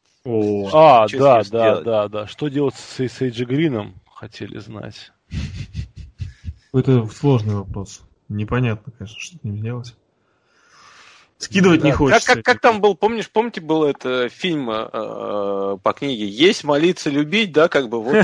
Да. Что делать с Эйджи Грином, хотели знать. Это сложный вопрос. Непонятно, конечно, что с ним делать. Скидывать не хочется. Как там был, помните, был это фильм по книге «Есть, молиться, любить», да, как бы, вот,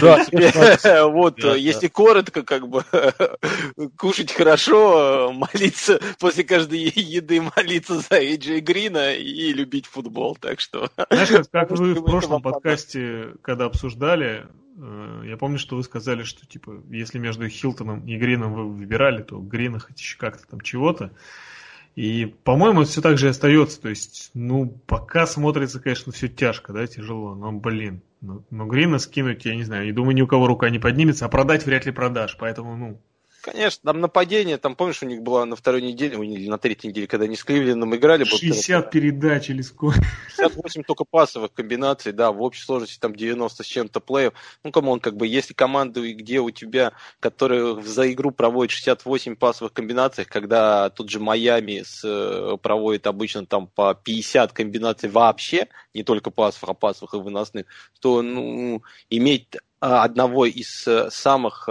вот, если коротко, как бы, кушать хорошо, молиться после каждой еды, молиться за AJ Грина и любить футбол, так что... Знаешь, как вы в прошлом подкасте, когда обсуждали, я помню, что вы сказали, что, типа, если между Хилтоном и Грином вы выбирали, то Грина хоть еще как-то там чего-то. И, по-моему, это все так же и остается. То есть, пока смотрится, конечно, все тяжко, да, тяжело. Но, но Грина скинуть, я не знаю, и думаю, ни у кого рука не поднимется, а продать вряд ли продашь. Поэтому, Конечно, там нападение, там, помнишь, у них было на второй неделе, или на третьей неделе, когда они с Кливлендом играли. 60 передач или сколько? 68 только пасовых комбинаций, да, в общей сложности там 90 с чем-то плеев. Камон, как бы, если команда, где у тебя, которая за игру проводит 68 пасовых комбинаций, когда тот же Майами проводит обычно там по 50 комбинаций вообще, не только пасовых, а пасовых и выносных, то, иметь одного из самых...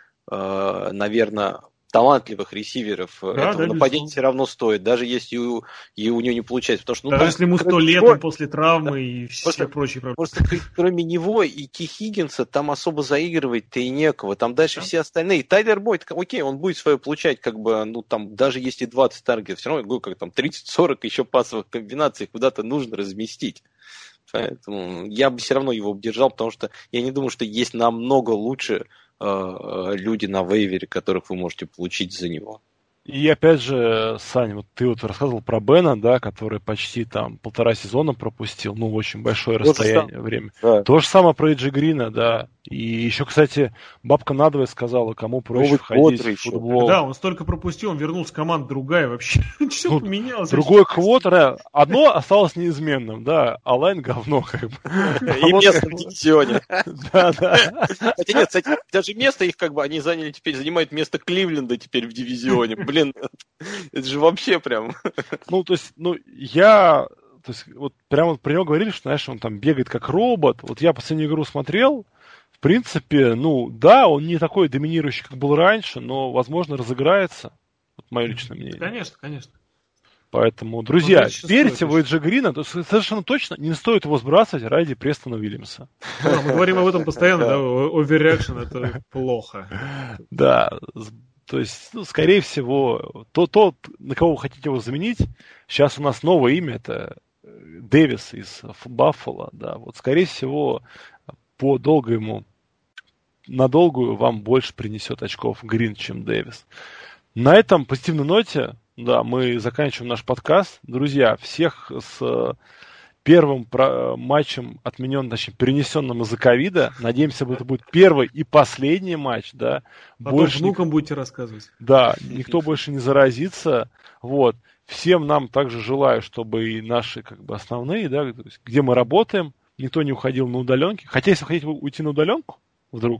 наверное, талантливых ресиверов этого нападения все равно стоит, даже если у него не получается. Потому что, даже если ему 100 лет после травмы и все прочие проблемы. Просто кроме него и Ти Хиггинса там особо заигрывать-то и некого. Там дальше все остальные. Тайлер Бойд, окей, он будет свое получать, как бы, там, даже если 20 таргетов, все равно, я говорю, как там 30-40 еще пасовых комбинаций куда-то нужно разместить. Поэтому я бы все равно его держал, потому что я не думаю, что есть намного лучше люди на вейвере, которых вы можете получить за него. И опять же, Саня, вот ты рассказывал про Бена, да, который почти там 1,5 сезона пропустил, очень большое расстояние времени. Да. То же самое про Эйджи Грина, да. И еще, кстати, бабка надвое сказала, кому проще входить в футбол. Да, он столько пропустил, он вернулся, команда другая вообще. Все поменялось. Другой квотер, одно осталось неизменным, да, а лайн говно, как бы. И место в дивизионе. Да. Хотя нет, кстати, даже место их, как бы, они занимают место Кливленда теперь в дивизионе. Блин, это же вообще прям... я... То есть, вот прямо про него говорили, что, знаешь, он там бегает как робот. Вот я последнюю игру смотрел, в принципе, да, он не такой доминирующий, как был раньше, но, возможно, разыграется. Вот мое личное мнение. Конечно. Поэтому, друзья, верьте в Эйджи Грина, то совершенно точно не стоит его сбрасывать ради Престона Уильямса. Да, мы говорим об этом постоянно, да, оверреакшн это плохо. Да, то есть, скорее всего, тот, на кого вы хотите его заменить, сейчас у нас новое имя, это Дэвис из Баффало, да, вот, скорее всего, на долгую вам больше принесет очков Грин, чем Дэвис. На этом позитивной ноте, да, мы заканчиваем наш подкаст. Друзья, всех с первым матчем перенесенным из-за ковида. Надеемся, это будет первый и последний матч, да. Потом внукам будете рассказывать. Да, никто больше не заразится. Вот. Всем нам также желаю, чтобы и наши, как бы, основные, да, то есть, где мы работаем, никто не уходил на удаленке. Хотя, если хотите уйти на удаленку, вдруг,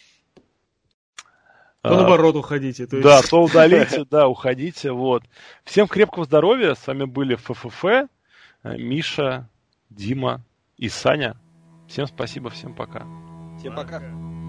то наоборот уходите. То есть... Да, то удалите, да, уходите. Вот. Всем крепкого здоровья. С вами были ФФФ, Миша, Дима и Саня. Всем спасибо, всем пока. Всем пока.